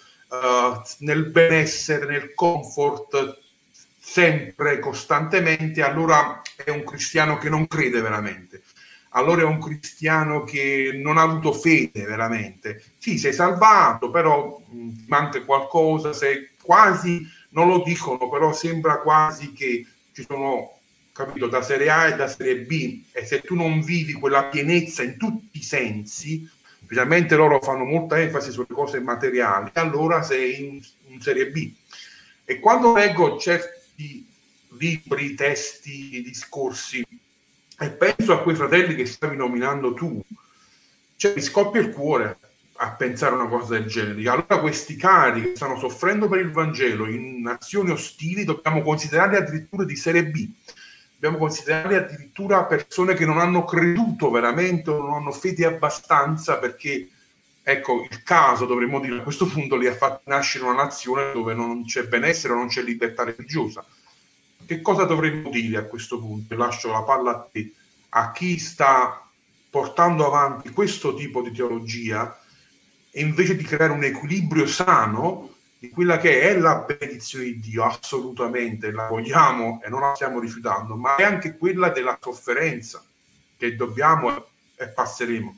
nel benessere, nel comfort, sempre, costantemente, allora è un cristiano che non crede veramente. Allora è un cristiano che non ha avuto fede veramente. Sì, sei salvato, però ti manca qualcosa, sei quasi, non lo dicono, però sembra quasi che ci sono, capito, da serie A e da serie B, e se tu non vivi quella pienezza in tutti i sensi, specialmente loro fanno molta enfasi sulle cose materiali, allora sei in serie B. E quando leggo certi libri, testi, discorsi, e penso a quei fratelli che stavi nominando tu, cioè mi scoppia il cuore. a pensare una cosa del genere. Allora questi cari che stanno soffrendo per il Vangelo in nazioni ostili dobbiamo considerarli addirittura di serie B, dobbiamo considerarli addirittura persone che non hanno creduto veramente o non hanno fede abbastanza, perché ecco, il caso, dovremmo dire a questo punto, li ha fatti nascere una nazione dove non c'è benessere, non c'è libertà religiosa. Che cosa dovremmo dire a questo punto? Lascio la palla a te, a chi sta portando avanti questo tipo di teologia, e invece di creare un equilibrio sano di quella che è la benedizione di Dio, assolutamente la vogliamo e non la stiamo rifiutando, ma è anche quella della sofferenza che dobbiamo e passeremo.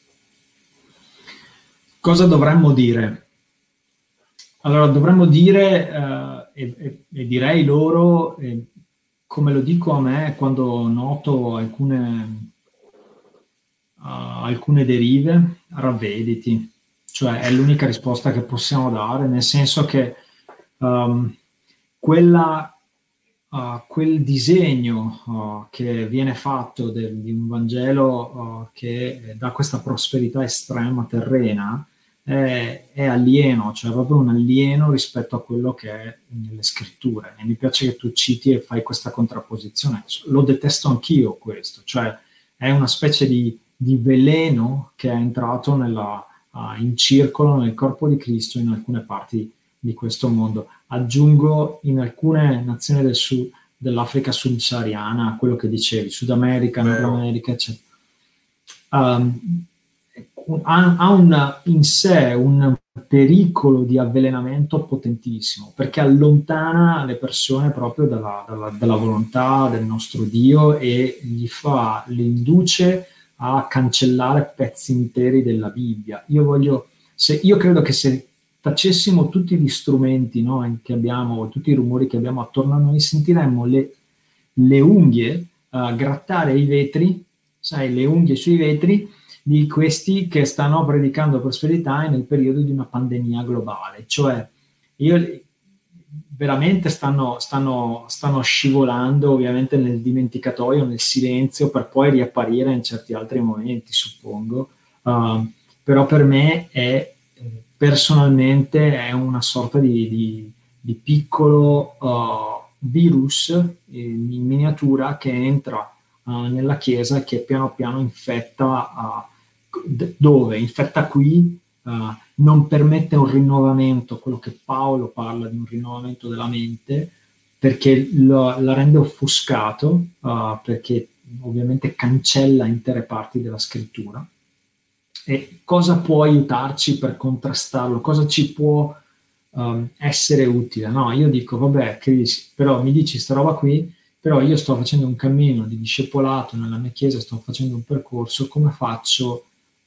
Cosa dovremmo dire? Allora, dovremmo dire, e direi loro, come lo dico a me quando noto alcune derive, ravvediti. Cioè è l'unica risposta che possiamo dare, nel senso che quel disegno che viene fatto di un Vangelo che dà questa prosperità estrema terrena è alieno, cioè proprio un alieno rispetto a quello che è nelle scritture. E mi piace che tu citi e fai questa contrapposizione. Lo detesto anch'io questo, cioè è una specie di veleno che è entrato in circolo nel corpo di Cristo in alcune parti di questo mondo. Aggiungo in alcune nazioni dell'Africa subsahariana quello che dicevi, Sud America, Nord America, eccetera. Ha in sé un pericolo di avvelenamento potentissimo, perché allontana le persone proprio dalla volontà del nostro Dio e le induce a cancellare pezzi interi della Bibbia. Io credo che se facessimo tutti gli strumenti, no, che abbiamo, tutti i rumori che abbiamo attorno a noi, sentiremmo le unghie grattare i vetri, sai, le unghie sui vetri di questi che stanno predicando prosperità nel periodo di una pandemia globale. Cioè, veramente stanno scivolando ovviamente nel dimenticatoio, nel silenzio, per poi riapparire in certi altri momenti, suppongo. Però per me personalmente è una sorta di piccolo virus in miniatura che entra nella Chiesa e che piano piano infetta dove? Infetta qui, non permette un rinnovamento, quello che Paolo parla di un rinnovamento della mente, perché la rende offuscato, perché ovviamente cancella intere parti della scrittura. E cosa può aiutarci per contrastarlo? Cosa ci può essere utile? No, io dico, vabbè, Chris, però mi dici sta roba qui, però io sto facendo un cammino di discepolato nella mia chiesa, sto facendo un percorso, come faccio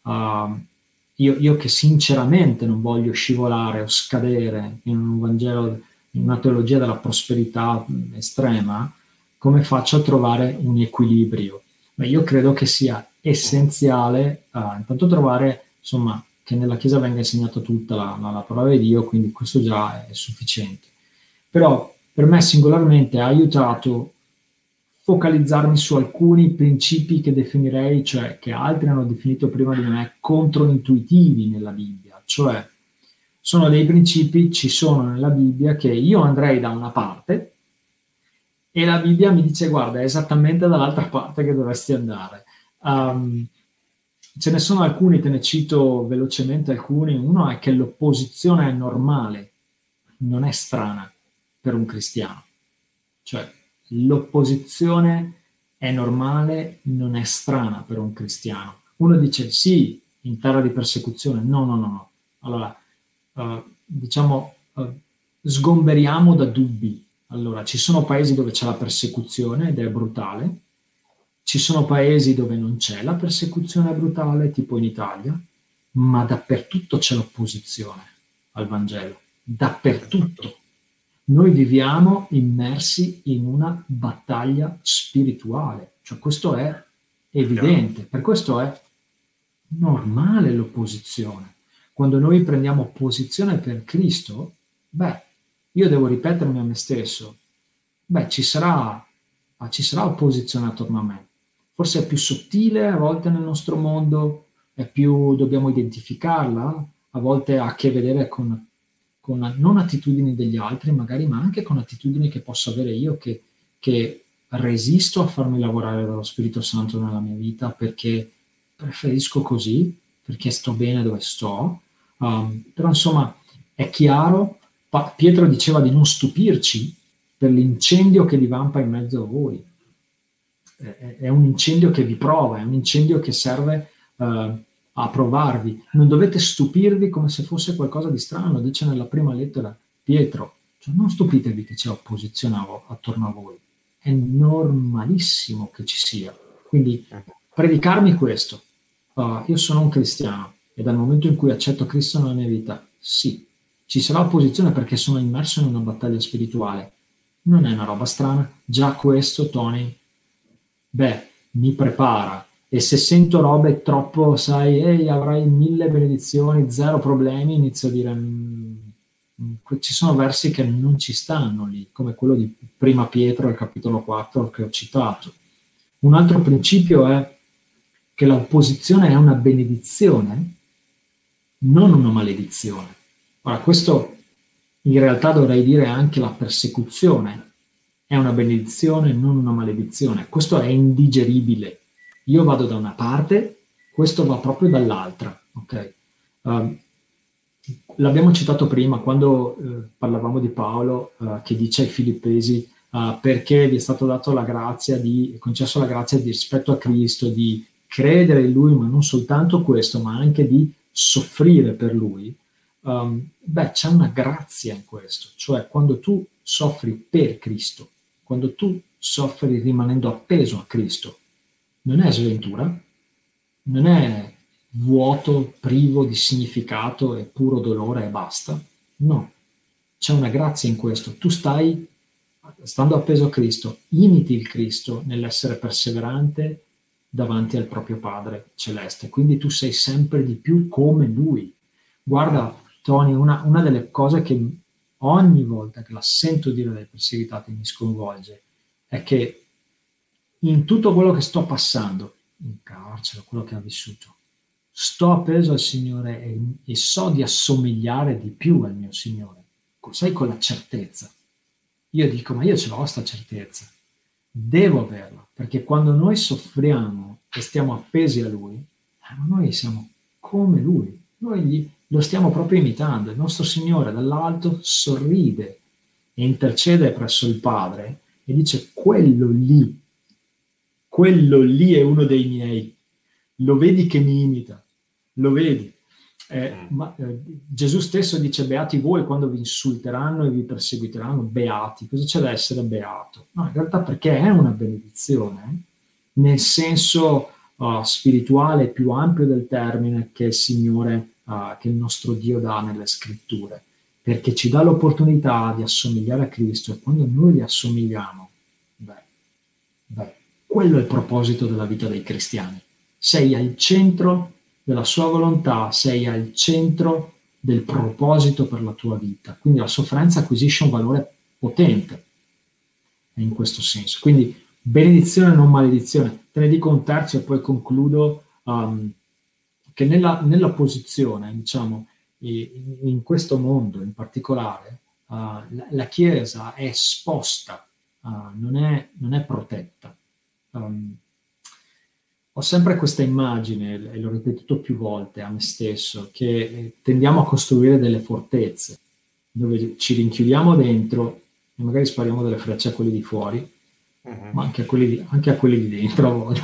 io che sinceramente non voglio scivolare o scadere in un Vangelo, in una teologia della prosperità estrema, come faccio a trovare un equilibrio? Beh, io credo che sia essenziale intanto trovare, insomma, che nella Chiesa venga insegnata tutta la parola di Dio, quindi questo già è sufficiente. Però per me singolarmente ha aiutato focalizzarmi su alcuni principi che definirei, cioè che altri hanno definito prima di me, controintuitivi nella Bibbia. Cioè sono dei principi, ci sono nella Bibbia, che io andrei da una parte e la Bibbia mi dice guarda, è esattamente dall'altra parte che dovresti andare. Ce ne sono alcuni, te ne cito velocemente alcuni. Uno è che l'opposizione è normale, non è strana per un cristiano. Cioè l'opposizione è normale, non è strana per un cristiano. Uno dice sì, in terra di persecuzione, no. Allora, sgomberiamo da dubbi. Allora, ci sono paesi dove c'è la persecuzione ed è brutale, ci sono paesi dove non c'è la persecuzione brutale, tipo in Italia, ma dappertutto c'è l'opposizione al Vangelo, dappertutto. Noi viviamo immersi in una battaglia spirituale, cioè questo è evidente, per questo è normale l'opposizione. Quando noi prendiamo posizione per Cristo, io devo ripetermi a me stesso, ci sarà opposizione attorno a me. Forse è più sottile a volte nel nostro mondo, è più dobbiamo identificarla, a volte ha a che vedere con non attitudini degli altri magari, ma anche con attitudini che posso avere io che resisto a farmi lavorare dallo Spirito Santo nella mia vita perché preferisco così, perché sto bene dove sto. Però insomma è chiaro, Pietro diceva di non stupirci per l'incendio che divampa in mezzo a voi. È un incendio che vi prova, è un incendio che serve a provarvi. Non dovete stupirvi come se fosse qualcosa di strano, dice nella prima lettera Pietro. Cioè, non stupitevi che c'è opposizione attorno a voi. È normalissimo che ci sia. Quindi predicarmi questo. Io sono un cristiano e dal momento in cui accetto Cristo nella mia vita, sì, ci sarà opposizione perché sono immerso in una battaglia spirituale. Non è una roba strana. Già questo, Tony, mi prepara. E se sento robe troppo, sai, ehi, avrai 1000 benedizioni, 0 problemi, inizio a dire, ci sono versi che non ci stanno lì, come quello di Prima Pietro, al capitolo 4 che ho citato. Un altro principio è che l'opposizione è una benedizione, non una maledizione. Ora, questo in realtà dovrei dire anche la persecuzione è una benedizione, non una maledizione. Questo è indigeribile. Io vado da una parte, questo va proprio dall'altra. Okay? L'abbiamo citato prima quando parlavamo di Paolo che dice ai Filippesi perché vi è stato dato la grazia concesso la grazia di rispetto a Cristo, di credere in Lui, ma non soltanto questo, ma anche di soffrire per Lui. C'è una grazia in questo, cioè quando tu soffri per Cristo, quando tu soffri rimanendo appeso a Cristo, non è sventura, non è vuoto, privo di significato e puro dolore e basta. No, c'è una grazia in questo. Tu stando appeso a Cristo, imiti il Cristo nell'essere perseverante davanti al proprio Padre Celeste. Quindi tu sei sempre di più come Lui. Guarda, Tony, una delle cose che ogni volta che la sento dire dai perseguitati mi sconvolge è che in tutto quello che sto passando, in carcere, quello che ho vissuto, sto appeso al Signore e so di assomigliare di più al mio Signore. Sai, con la certezza. Io dico, ma io ce l'ho sta certezza. Devo averla, perché quando noi soffriamo e stiamo appesi a Lui, noi siamo come Lui. Noi lo stiamo proprio imitando. Il nostro Signore dall'alto sorride e intercede presso il Padre e dice, quello lì è uno dei miei. Lo vedi che mi imita, lo vedi. Gesù stesso dice, beati voi quando vi insulteranno e vi perseguiteranno, beati. Cosa c'è da essere beato? No, in realtà perché è una benedizione, nel senso spirituale più ampio del termine che il Signore, che il nostro Dio dà nelle scritture, perché ci dà l'opportunità di assomigliare a Cristo e quando noi li assomigliamo, quello è il proposito della vita dei cristiani. Sei al centro della sua volontà, sei al centro del proposito per la tua vita. Quindi la sofferenza acquisisce un valore potente in questo senso. Quindi benedizione non maledizione. Te ne dico un terzo e poi concludo, che nella posizione, diciamo, in questo mondo in particolare, la Chiesa è esposta, non è protetta. Ho sempre questa immagine, e l'ho ripetuto più volte a me stesso, che tendiamo a costruire delle fortezze dove ci rinchiudiamo dentro e magari spariamo delle frecce a quelli di fuori, ma anche a quelli di dentro a volte.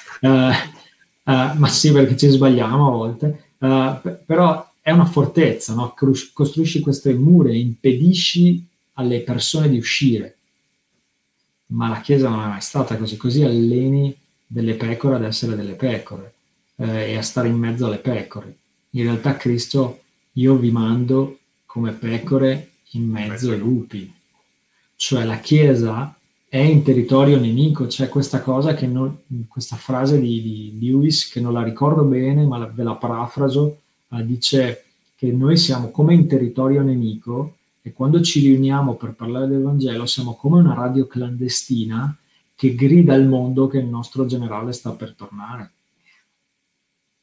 Ma sì, perché ci sbagliamo a volte. Però è una fortezza, no? Costruisci queste mura e impedisci alle persone di uscire. Ma la Chiesa non è mai stata così alleni delle pecore ad essere delle pecore e a stare in mezzo alle pecore. In realtà Cristo, io vi mando come pecore in mezzo ai lupi. Cioè la Chiesa è in territorio nemico. C'è questa cosa questa frase di Lewis, che non la ricordo bene, ma ve la parafraso, dice che noi siamo come in territorio nemico e quando ci riuniamo per parlare del Vangelo siamo come una radio clandestina che grida al mondo che il nostro generale sta per tornare.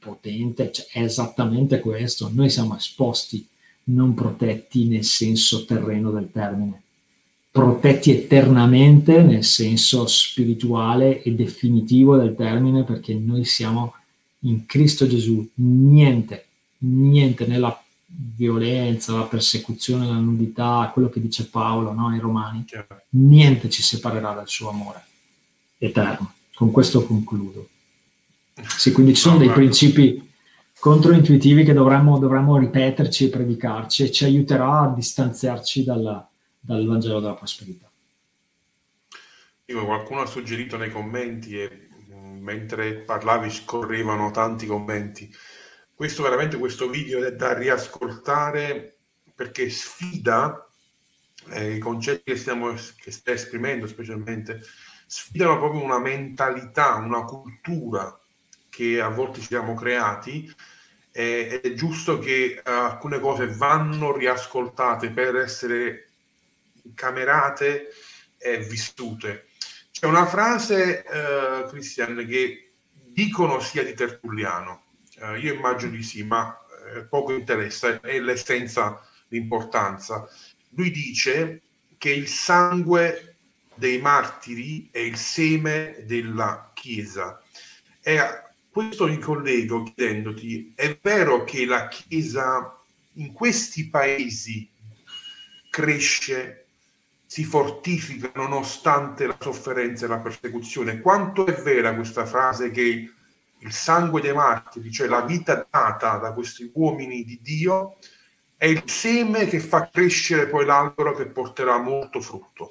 potente, cioè, è esattamente questo. Noi siamo esposti, non protetti nel senso terreno del termine, protetti eternamente nel senso spirituale e definitivo del termine, perché noi siamo in Cristo Gesù. Niente nella violenza, la persecuzione, la nudità, quello che dice Paolo, no, ai Romani, niente ci separerà dal suo amore eterno. Con questo concludo. Sì, quindi ci sono dei principi controintuitivi che dovremmo ripeterci e predicarci, e ci aiuterà a distanziarci dal Vangelo della prosperità. Qualcuno ha suggerito nei commenti, e mentre parlavi scorrevano tanti commenti. Questo video è da riascoltare, perché sfida i concetti che stai esprimendo, specialmente sfidano proprio una mentalità, una cultura che a volte ci siamo creati. Ed è giusto che alcune cose vanno riascoltate per essere incamerate e vissute. C'è una frase, Christian, che dicono sia di Tertulliano, io immagino di sì, ma poco interessa, è l'essenza, l'importanza. Lui dice che il sangue dei martiri è il seme della Chiesa. E a questo mi collego chiedendoti: è vero che la Chiesa in questi paesi cresce, si fortifica nonostante la sofferenza e la persecuzione? Quanto è vera questa frase che il sangue dei martiri, cioè la vita data da questi uomini di Dio, è il seme che fa crescere poi l'albero che porterà molto frutto?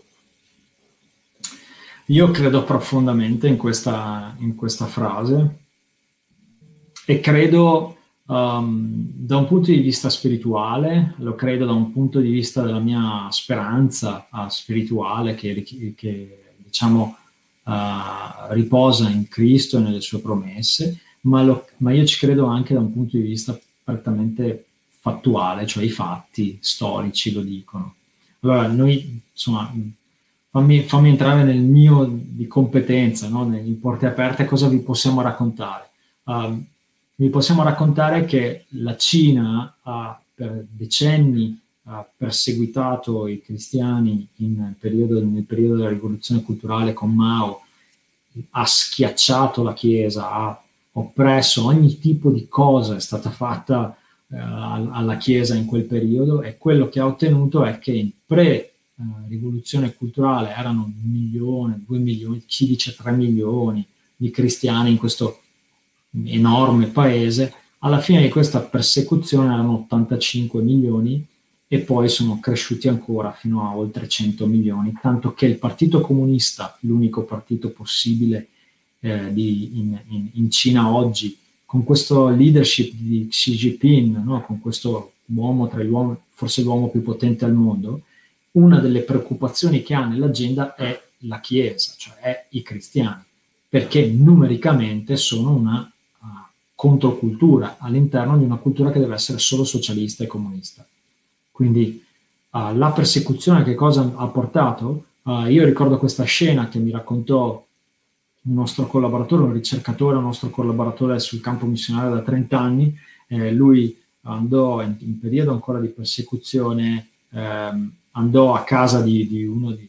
Io credo profondamente in questa frase, e credo da un punto di vista spirituale, lo credo da un punto di vista della mia speranza spirituale che diciamo riposa in Cristo e nelle sue promesse, ma io ci credo anche da un punto di vista prettamente fattuale, cioè i fatti storici lo dicono. Allora noi, insomma, fammi entrare nel mio di competenza, no? In Porte Aperte cosa vi possiamo raccontare? Vi possiamo raccontare che la Cina ha per decenni perseguitato i cristiani nel periodo della rivoluzione culturale con Mao, ha schiacciato la Chiesa, ha oppresso ogni tipo di cosa è stata fatta alla Chiesa in quel periodo, e quello che ha ottenuto è che in rivoluzione culturale erano 1 milione, 2 milioni, chi dice 3 milioni di cristiani in questo enorme paese. Alla fine di questa persecuzione erano 85 milioni, e poi sono cresciuti ancora fino a oltre 100 milioni, tanto che il Partito Comunista, l'unico partito possibile in Cina oggi, con questo leadership di Xi Jinping, no? Con questo uomo tra gli uomini, forse l'uomo più potente al mondo, una delle preoccupazioni che ha nell'agenda è la Chiesa, cioè è i cristiani, perché numericamente sono una controcultura all'interno di una cultura che deve essere solo socialista e comunista. Quindi la persecuzione che cosa ha portato? Io ricordo questa scena che mi raccontò un nostro collaboratore, un ricercatore, un nostro collaboratore sul campo missionario da 30 anni. Lui andò in periodo ancora di persecuzione, andò a casa di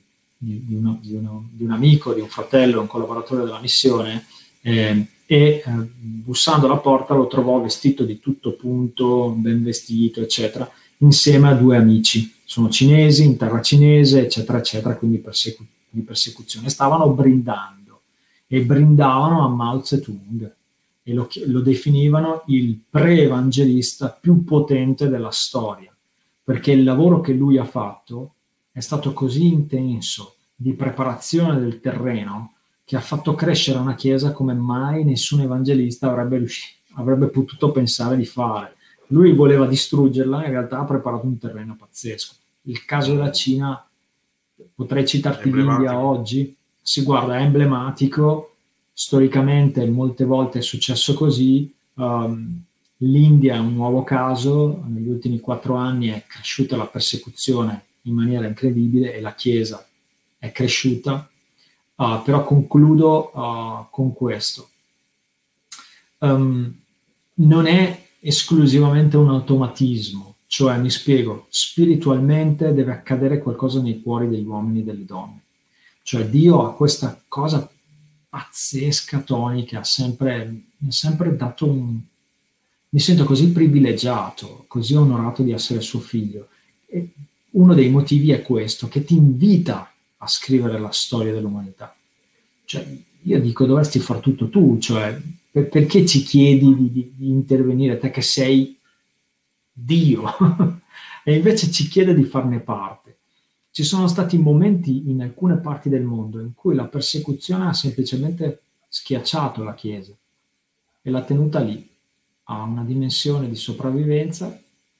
un amico, di un fratello, un collaboratore della missione, bussando alla porta lo trovò vestito di tutto punto, ben vestito, eccetera, insieme a 2 amici. Sono cinesi, in terra cinese, eccetera, eccetera, quindi di persecuzione. Stavano brindando, e brindavano a Mao Zedong, e lo definivano il pre-evangelista più potente della storia, perché il lavoro che lui ha fatto è stato così intenso di preparazione del terreno, che ha fatto crescere una chiesa come mai nessun evangelista avrebbe potuto pensare di fare. Lui voleva distruggerla, in realtà ha preparato un terreno pazzesco. Il caso della Cina, potrei citarti l'India oggi, si guarda, è emblematico, storicamente molte volte è successo così. L'India è un nuovo caso, negli ultimi 4 anni è cresciuta la persecuzione in maniera incredibile e la Chiesa è cresciuta. Però concludo con questo. non è esclusivamente un automatismo, cioè mi spiego, spiritualmente deve accadere qualcosa nei cuori degli uomini e delle donne. Cioè Dio ha questa cosa pazzesca, Tony, che mi ha sempre dato un... Mi sento così privilegiato, così onorato di essere suo figlio. E uno dei motivi è questo, che ti invita a scrivere la storia dell'umanità. Cioè, io dico, dovresti far tutto tu, cioè, perché ci chiedi di intervenire, te che sei Dio? E invece ci chiede di farne parte. Ci sono stati momenti in alcune parti del mondo in cui la persecuzione ha semplicemente schiacciato la Chiesa e l'ha tenuta lì, a una dimensione di sopravvivenza,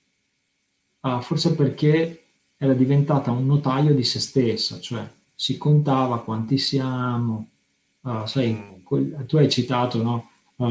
forse perché era diventata un notaio di se stessa, cioè si contava quanti siamo, sai, tu hai citato, no?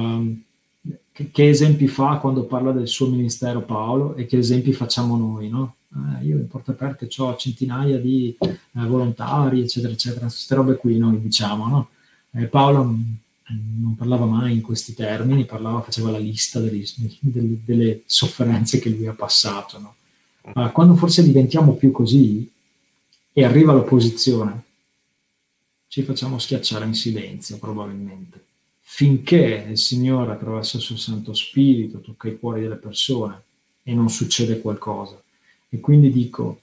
Che esempi fa quando parla del suo ministero Paolo e che esempi facciamo noi, no? Io in Porte Aperte ho centinaia di volontari, eccetera, eccetera, queste robe qui noi diciamo, no? Paolo non parlava mai in questi termini, faceva la lista delle sofferenze che lui ha passato, no? Quando forse diventiamo più così e arriva l'opposizione, ci facciamo schiacciare in silenzio probabilmente, finché il Signore attraverso il suo Santo Spirito tocca i cuori delle persone e non succede qualcosa. E quindi dico,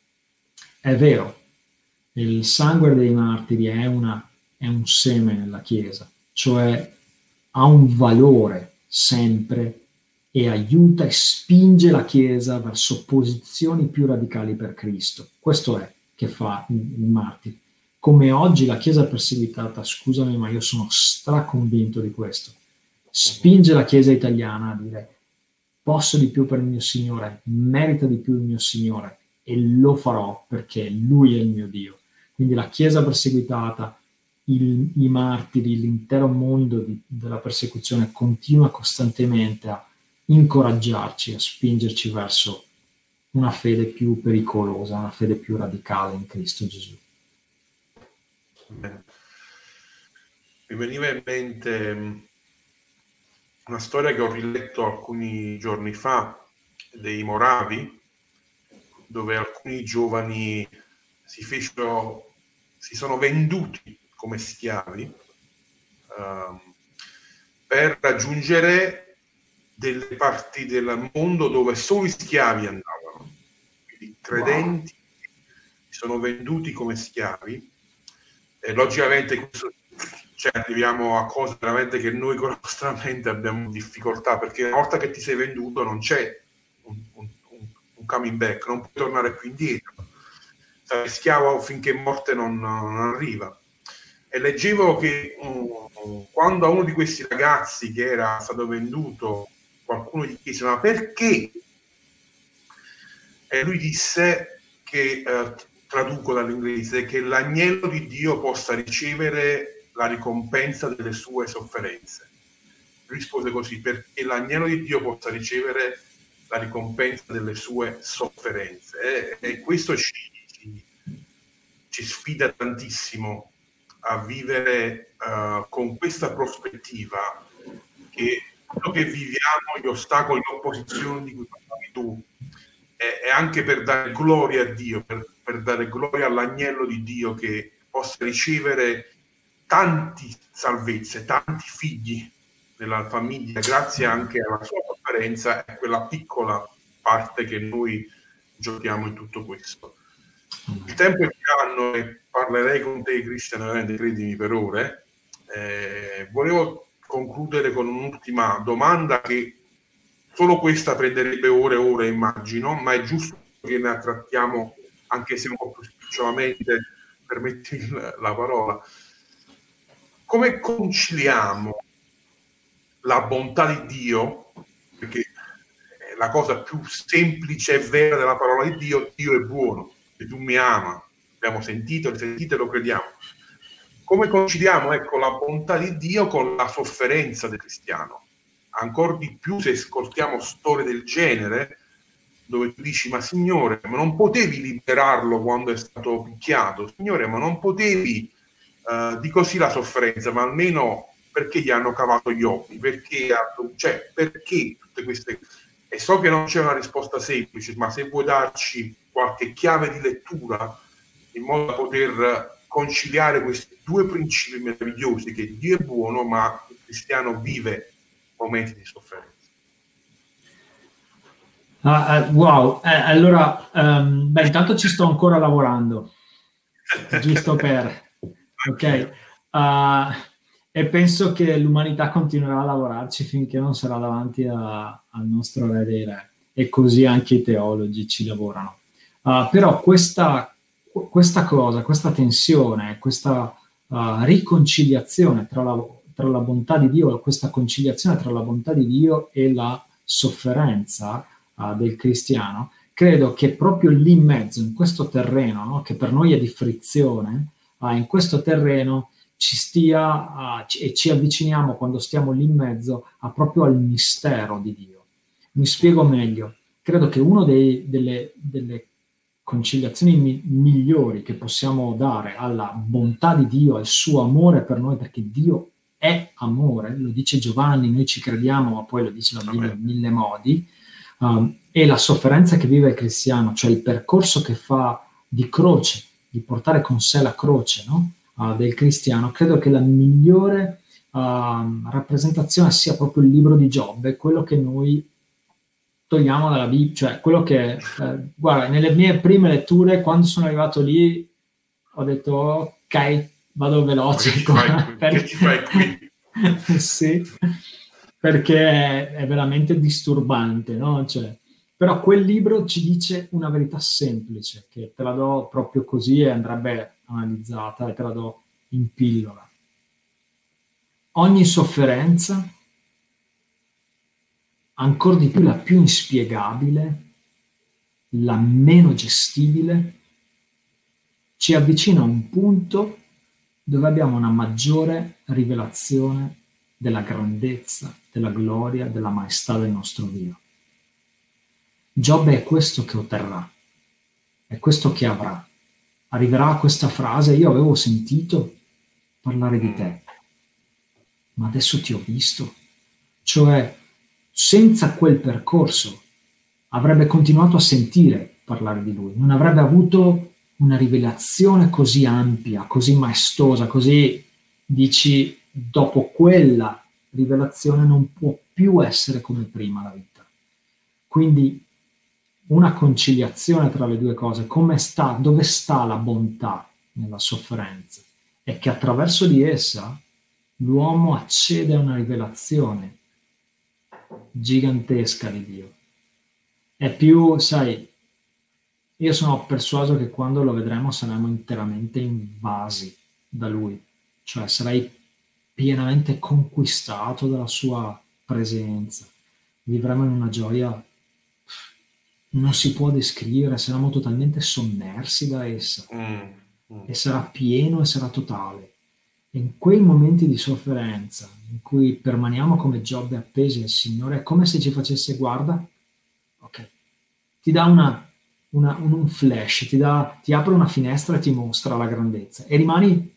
è vero, il sangue dei martiri è un seme nella Chiesa, cioè ha un valore sempre e aiuta e spinge la Chiesa verso posizioni più radicali per Cristo. Questo è che fa il martire. Come oggi la Chiesa perseguitata, scusami, ma io sono straconvinto di questo, spinge la Chiesa italiana a dire posso di più per il mio Signore, merita di più il mio Signore e lo farò perché Lui è il mio Dio. Quindi la Chiesa perseguitata, i martiri, l'intero mondo della persecuzione continua costantemente a incoraggiarci, a spingerci verso una fede più pericolosa, una fede più radicale in Cristo Gesù. Mi veniva in mente una storia che ho riletto alcuni giorni fa dei Moravi, dove alcuni giovani si sono venduti come schiavi per raggiungere delle parti del mondo dove solo i schiavi andavano. Quindi i credenti si sono venduti come schiavi e logicamente questo, cioè, arriviamo a cose veramente che noi con la nostra mente abbiamo difficoltà, perché una volta che ti sei venduto non c'è un coming back, non puoi tornare più indietro, sei schiavo finché morte non arriva. E leggevo che quando a uno di questi ragazzi che era stato venduto qualcuno gli chiese ma perché? E lui disse che traduco dall'inglese, che l'agnello di Dio possa ricevere la ricompensa delle sue sofferenze. Rispose così, perché l'agnello di Dio possa ricevere la ricompensa delle sue sofferenze. E questo ci sfida tantissimo a vivere con questa prospettiva che quello che viviamo, gli ostacoli, le opposizioni di cui parlavi tu, è anche per dare gloria a Dio, per dare gloria all'agnello di Dio che possa ricevere tanti salvezze, tanti figli nella famiglia, grazie anche alla sua sofferenza e quella piccola parte che noi giochiamo in tutto questo. Il tempo è tiranno e parlerei con te, Cristian, veramente credimi per ore. Volevo concludere con un'ultima domanda che solo questa prenderebbe ore e ore, immagino, ma è giusto che ne trattiamo, anche se un po' più spicciolamente, permetti la parola. Come conciliamo la bontà di Dio, perché è la cosa più semplice e vera della parola di Dio, Dio è buono, e tu mi ama, abbiamo sentito e lo crediamo. Come conciliamo, ecco, la bontà di Dio con la sofferenza del cristiano? Ancora di più se ascoltiamo storie del genere, dove tu dici, ma Signore, ma non potevi liberarlo quando è stato picchiato? Signore, ma non potevi, di così la sofferenza, ma almeno perché gli hanno cavato gli occhi, perché tutte queste... E so che non c'è una risposta semplice, ma se vuoi darci qualche chiave di lettura in modo da poter conciliare questi due principi meravigliosi, che Dio è buono, ma il cristiano vive momenti di sofferenza. Wow, allora, intanto ci sto ancora lavorando, giusto per... Ok, e penso che l'umanità continuerà a lavorarci finché non sarà davanti al nostro Re dei Re, e così anche i teologi ci lavorano. Però questa cosa, questa tensione, questa riconciliazione tra la bontà di Dio, questa conciliazione tra la bontà di Dio e la sofferenza del cristiano, credo che proprio lì in mezzo, in questo terreno, no, che per noi è di frizione, in questo terreno ci stia e ci avviciniamo, quando stiamo lì in mezzo, proprio al mistero di Dio. Mi spiego meglio. Credo che una delle conciliazioni migliori che possiamo dare alla bontà di Dio, al suo amore per noi, perché Dio è amore, lo dice Giovanni, noi ci crediamo, ma poi lo dice la Bibbia in mille modi, e la sofferenza che vive il cristiano, cioè il percorso che fa di croce, di portare con sé la croce, no? Del cristiano, credo che la migliore rappresentazione sia proprio il libro di Giobbe, quello che noi togliamo dalla Bibbia, cioè quello che, guarda, nelle mie prime letture, quando sono arrivato lì, ho detto, ok, vado veloce. Che ci fai qui? Sì, perché è veramente disturbante, no? Cioè, però quel libro ci dice una verità semplice, che te la do proprio così e andrebbe analizzata, e te la do in pillola. Ogni sofferenza, ancora di più la più inspiegabile, la meno gestibile, ci avvicina a un punto dove abbiamo una maggiore rivelazione della grandezza, della gloria, della maestà del nostro Dio. Giobbe è questo che otterrà, è questo che avrà. Arriverà a questa frase: io avevo sentito parlare di te, ma adesso ti ho visto. Cioè, senza quel percorso avrebbe continuato a sentire parlare di lui, non avrebbe avuto una rivelazione così ampia, così maestosa, così dici, dopo quella rivelazione non può più essere come prima la vita. Quindi una conciliazione tra le due cose, dove sta la bontà nella sofferenza? È che attraverso di essa l'uomo accede a una rivelazione gigantesca di Dio. È più, sai, io sono persuaso che quando lo vedremo saremo interamente invasi da Lui, cioè sarai pienamente conquistato dalla sua presenza. Vivremo in una gioia non si può descrivere, saremo totalmente sommersi da essa, e sarà pieno e sarà totale. E in quei momenti di sofferenza, in cui permaniamo come Giobbe appesi al Signore, è come se ci facesse: guarda, ok, ti dà un flash, ti apre una finestra e ti mostra la grandezza, e rimani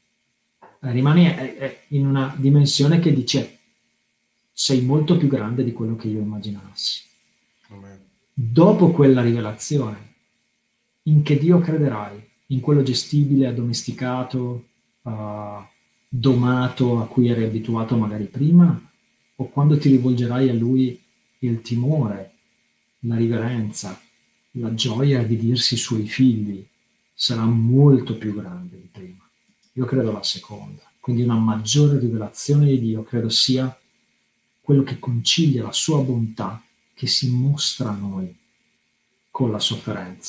in una dimensione che dice: sei molto più grande di quello che io immaginassi. Amen. Dopo quella rivelazione, in che Dio crederai? In quello gestibile, addomesticato, domato, a cui eri abituato magari prima? O quando ti rivolgerai a Lui, il timore, la riverenza, la gioia di dirsi suoi figli sarà molto più grande di prima? Io credo la seconda. Quindi una maggiore rivelazione di Dio credo sia quello che concilia la sua bontà, che si mostra a noi con la sofferenza.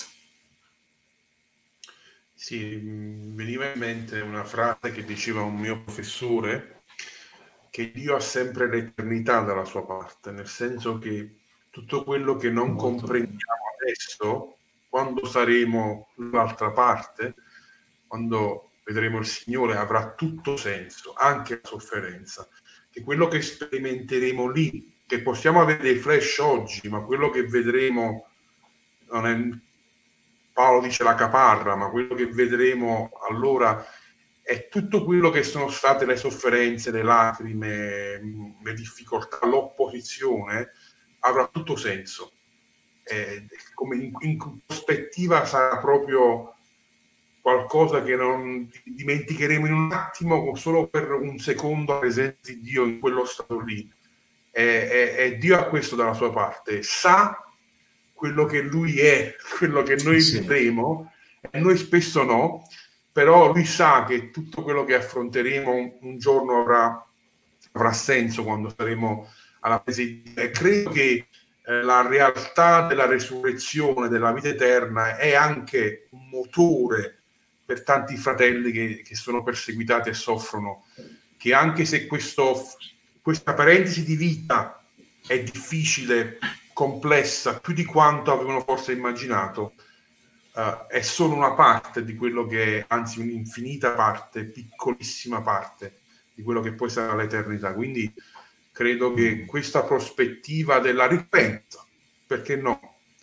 Sì, veniva in mente una frase che diceva un mio professore, che Dio ha sempre l'eternità dalla sua parte, nel senso che tutto quello che non comprendiamo adesso, quando saremo dall'altra parte, quando vedremo il Signore, avrà tutto senso, anche la sofferenza, che quello che sperimenteremo lì, che possiamo avere dei flash oggi, ma quello che vedremo non è, Paolo dice, la caparra, ma quello che vedremo allora e tutto quello che sono state le sofferenze, le lacrime, le difficoltà, l'opposizione avrà tutto senso. Come in prospettiva sarà proprio qualcosa che non dimenticheremo in un attimo, solo per un secondo la presenza di Dio in quello stato lì. E Dio ha questo dalla sua parte, sa quello che lui è, quello che noi vivremo, e noi spesso no, però lui sa che tutto quello che affronteremo un giorno avrà senso quando saremo alla presenza di Dio. E credo che la realtà della resurrezione, della vita eterna, è anche un motore per tanti fratelli che sono perseguitati e soffrono, che anche se questa parentesi di vita è difficile, complessa, più di quanto avevano forse immaginato, è solo una parte di quello che è, anzi un'infinita parte, piccolissima parte di quello che poi sarà l'eternità. Quindi credo che questa prospettiva della ricompensa, perché no?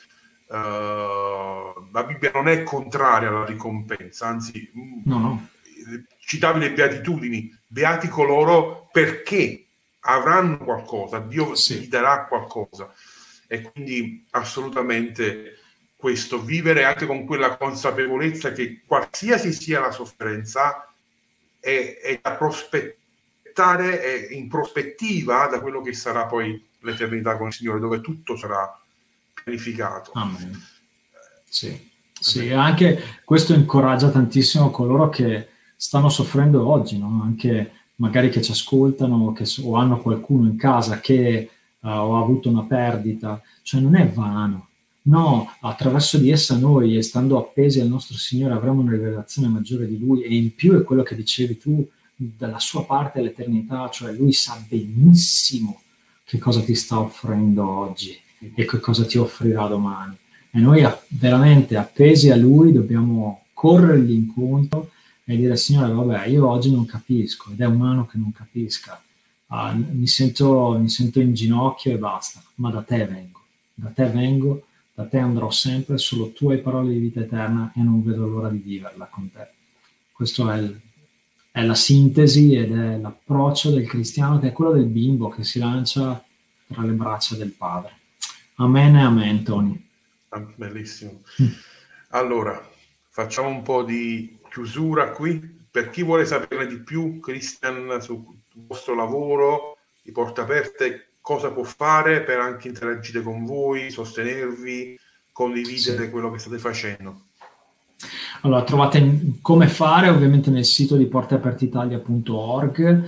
La Bibbia non è contraria alla ricompensa, anzi, no. Citavi le beatitudini, beati coloro perché avranno qualcosa, Dio gli darà qualcosa, e quindi assolutamente questo, vivere anche con quella consapevolezza che qualsiasi sia la sofferenza è da prospettare, è in prospettiva da quello che sarà poi l'eternità con il Signore, dove tutto sarà pianificato. Amen. Sì, anche questo incoraggia tantissimo coloro che stanno soffrendo oggi, no? Anche magari che ci ascoltano o hanno qualcuno in casa che ha avuto una perdita, cioè non è vano. No, attraverso di essa noi, stando appesi al nostro Signore, avremo una rivelazione maggiore di Lui, e in più è quello che dicevi tu, dalla sua parte l'eternità, cioè Lui sa benissimo che cosa ti sta offrendo oggi e che cosa ti offrirà domani. E noi veramente appesi a Lui dobbiamo corrergli incontro e dire: Signore, vabbè, io oggi non capisco, ed è umano che non capisca, mi sento in ginocchio e basta, ma da te vengo, da te andrò sempre, solo tu hai parole di vita eterna e non vedo l'ora di viverla con te. Questo è la sintesi ed è l'approccio del cristiano, che è quello del bimbo che si lancia tra le braccia del padre. Amen e amen, Tony. Bellissimo. Allora, facciamo un po' di chiusura qui. Per chi vuole saperne di più, Christian, sul vostro lavoro, di Porte Aperte, cosa può fare per anche interagire con voi, sostenervi, condividere quello che state facendo? Allora, trovate come fare ovviamente nel sito di porteapertitalia.org.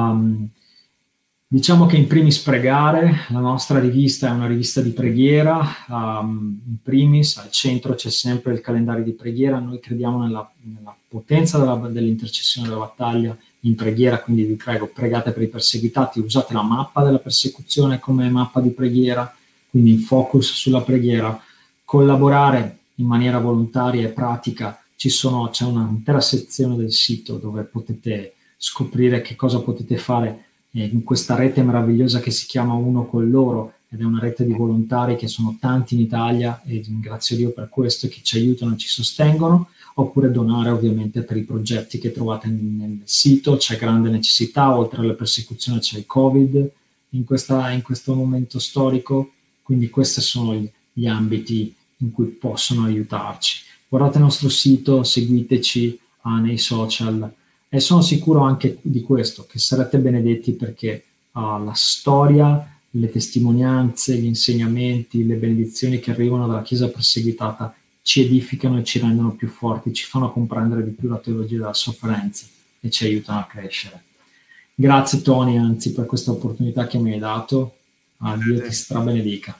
Diciamo che in primis pregare, la nostra rivista è una rivista di preghiera, in primis al centro c'è sempre il calendario di preghiera, noi crediamo nella potenza dell'intercessione della battaglia in preghiera, quindi vi prego, pregate per i perseguitati, usate la mappa della persecuzione come mappa di preghiera, quindi in focus sulla preghiera, collaborare in maniera volontaria e pratica, c'è un'intera sezione del sito dove potete scoprire che cosa potete fare in questa rete meravigliosa che si chiama Uno con loro, ed è una rete di volontari che sono tanti in Italia, e ringrazio Dio per questo, che ci aiutano e ci sostengono, oppure donare ovviamente per i progetti che trovate nel sito. C'è grande necessità, oltre alla persecuzione c'è il Covid in questo momento storico, quindi questi sono gli ambiti in cui possono aiutarci. Guardate il nostro sito, seguiteci nei social, e sono sicuro anche di questo, che sarete benedetti, perché la storia, le testimonianze, gli insegnamenti, le benedizioni che arrivano dalla Chiesa perseguitata ci edificano e ci rendono più forti, ci fanno comprendere di più la teologia della sofferenza e ci aiutano a crescere. Grazie Tony, anzi, per questa opportunità che mi hai dato. Dio ti strabenedica.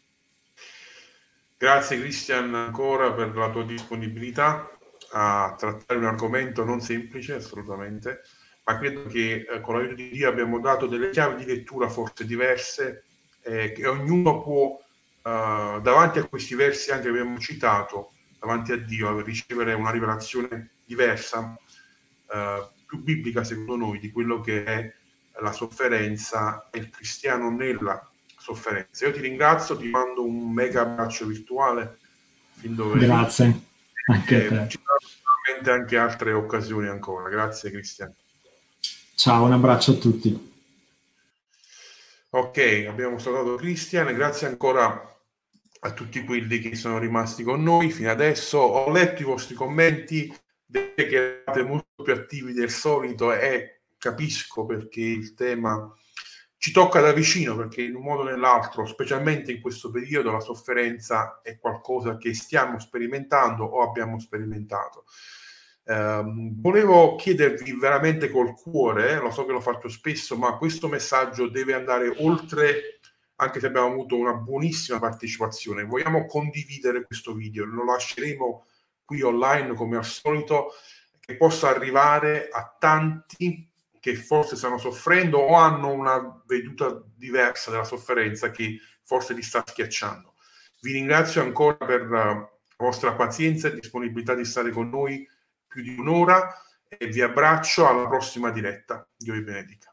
Grazie Christian ancora per la tua disponibilità a trattare un argomento non semplice, assolutamente, ma credo che con l'aiuto di Dio abbiamo dato delle chiavi di lettura forse diverse, che ognuno può, davanti a questi versi anche abbiamo citato, davanti a Dio, ricevere una rivelazione diversa, più biblica secondo noi, di quello che è la sofferenza e il cristiano nella sofferenza. Io ti ringrazio, ti mando un mega abbraccio virtuale fin dove grazie anche a te. Ci sarà sicuramente anche altre occasioni ancora. Grazie Cristian. Ciao, un abbraccio a tutti. Ok, abbiamo salutato Cristian, grazie ancora a tutti quelli che sono rimasti con noi fino adesso. Ho letto i vostri commenti, vedete che siete molto più attivi del solito e capisco perché il tema ci tocca da vicino, perché in un modo o nell'altro, specialmente in questo periodo, la sofferenza è qualcosa che stiamo sperimentando o abbiamo sperimentato. Volevo chiedervi veramente col cuore, lo so che lo faccio spesso, ma questo messaggio deve andare oltre, anche se abbiamo avuto una buonissima partecipazione. Vogliamo condividere questo video, lo lasceremo qui online come al solito, che possa arrivare a tanti che forse stanno soffrendo o hanno una veduta diversa della sofferenza che forse li sta schiacciando. Vi ringrazio ancora per la vostra pazienza e disponibilità di stare con noi più di un'ora e vi abbraccio alla prossima diretta. Dio vi benedica.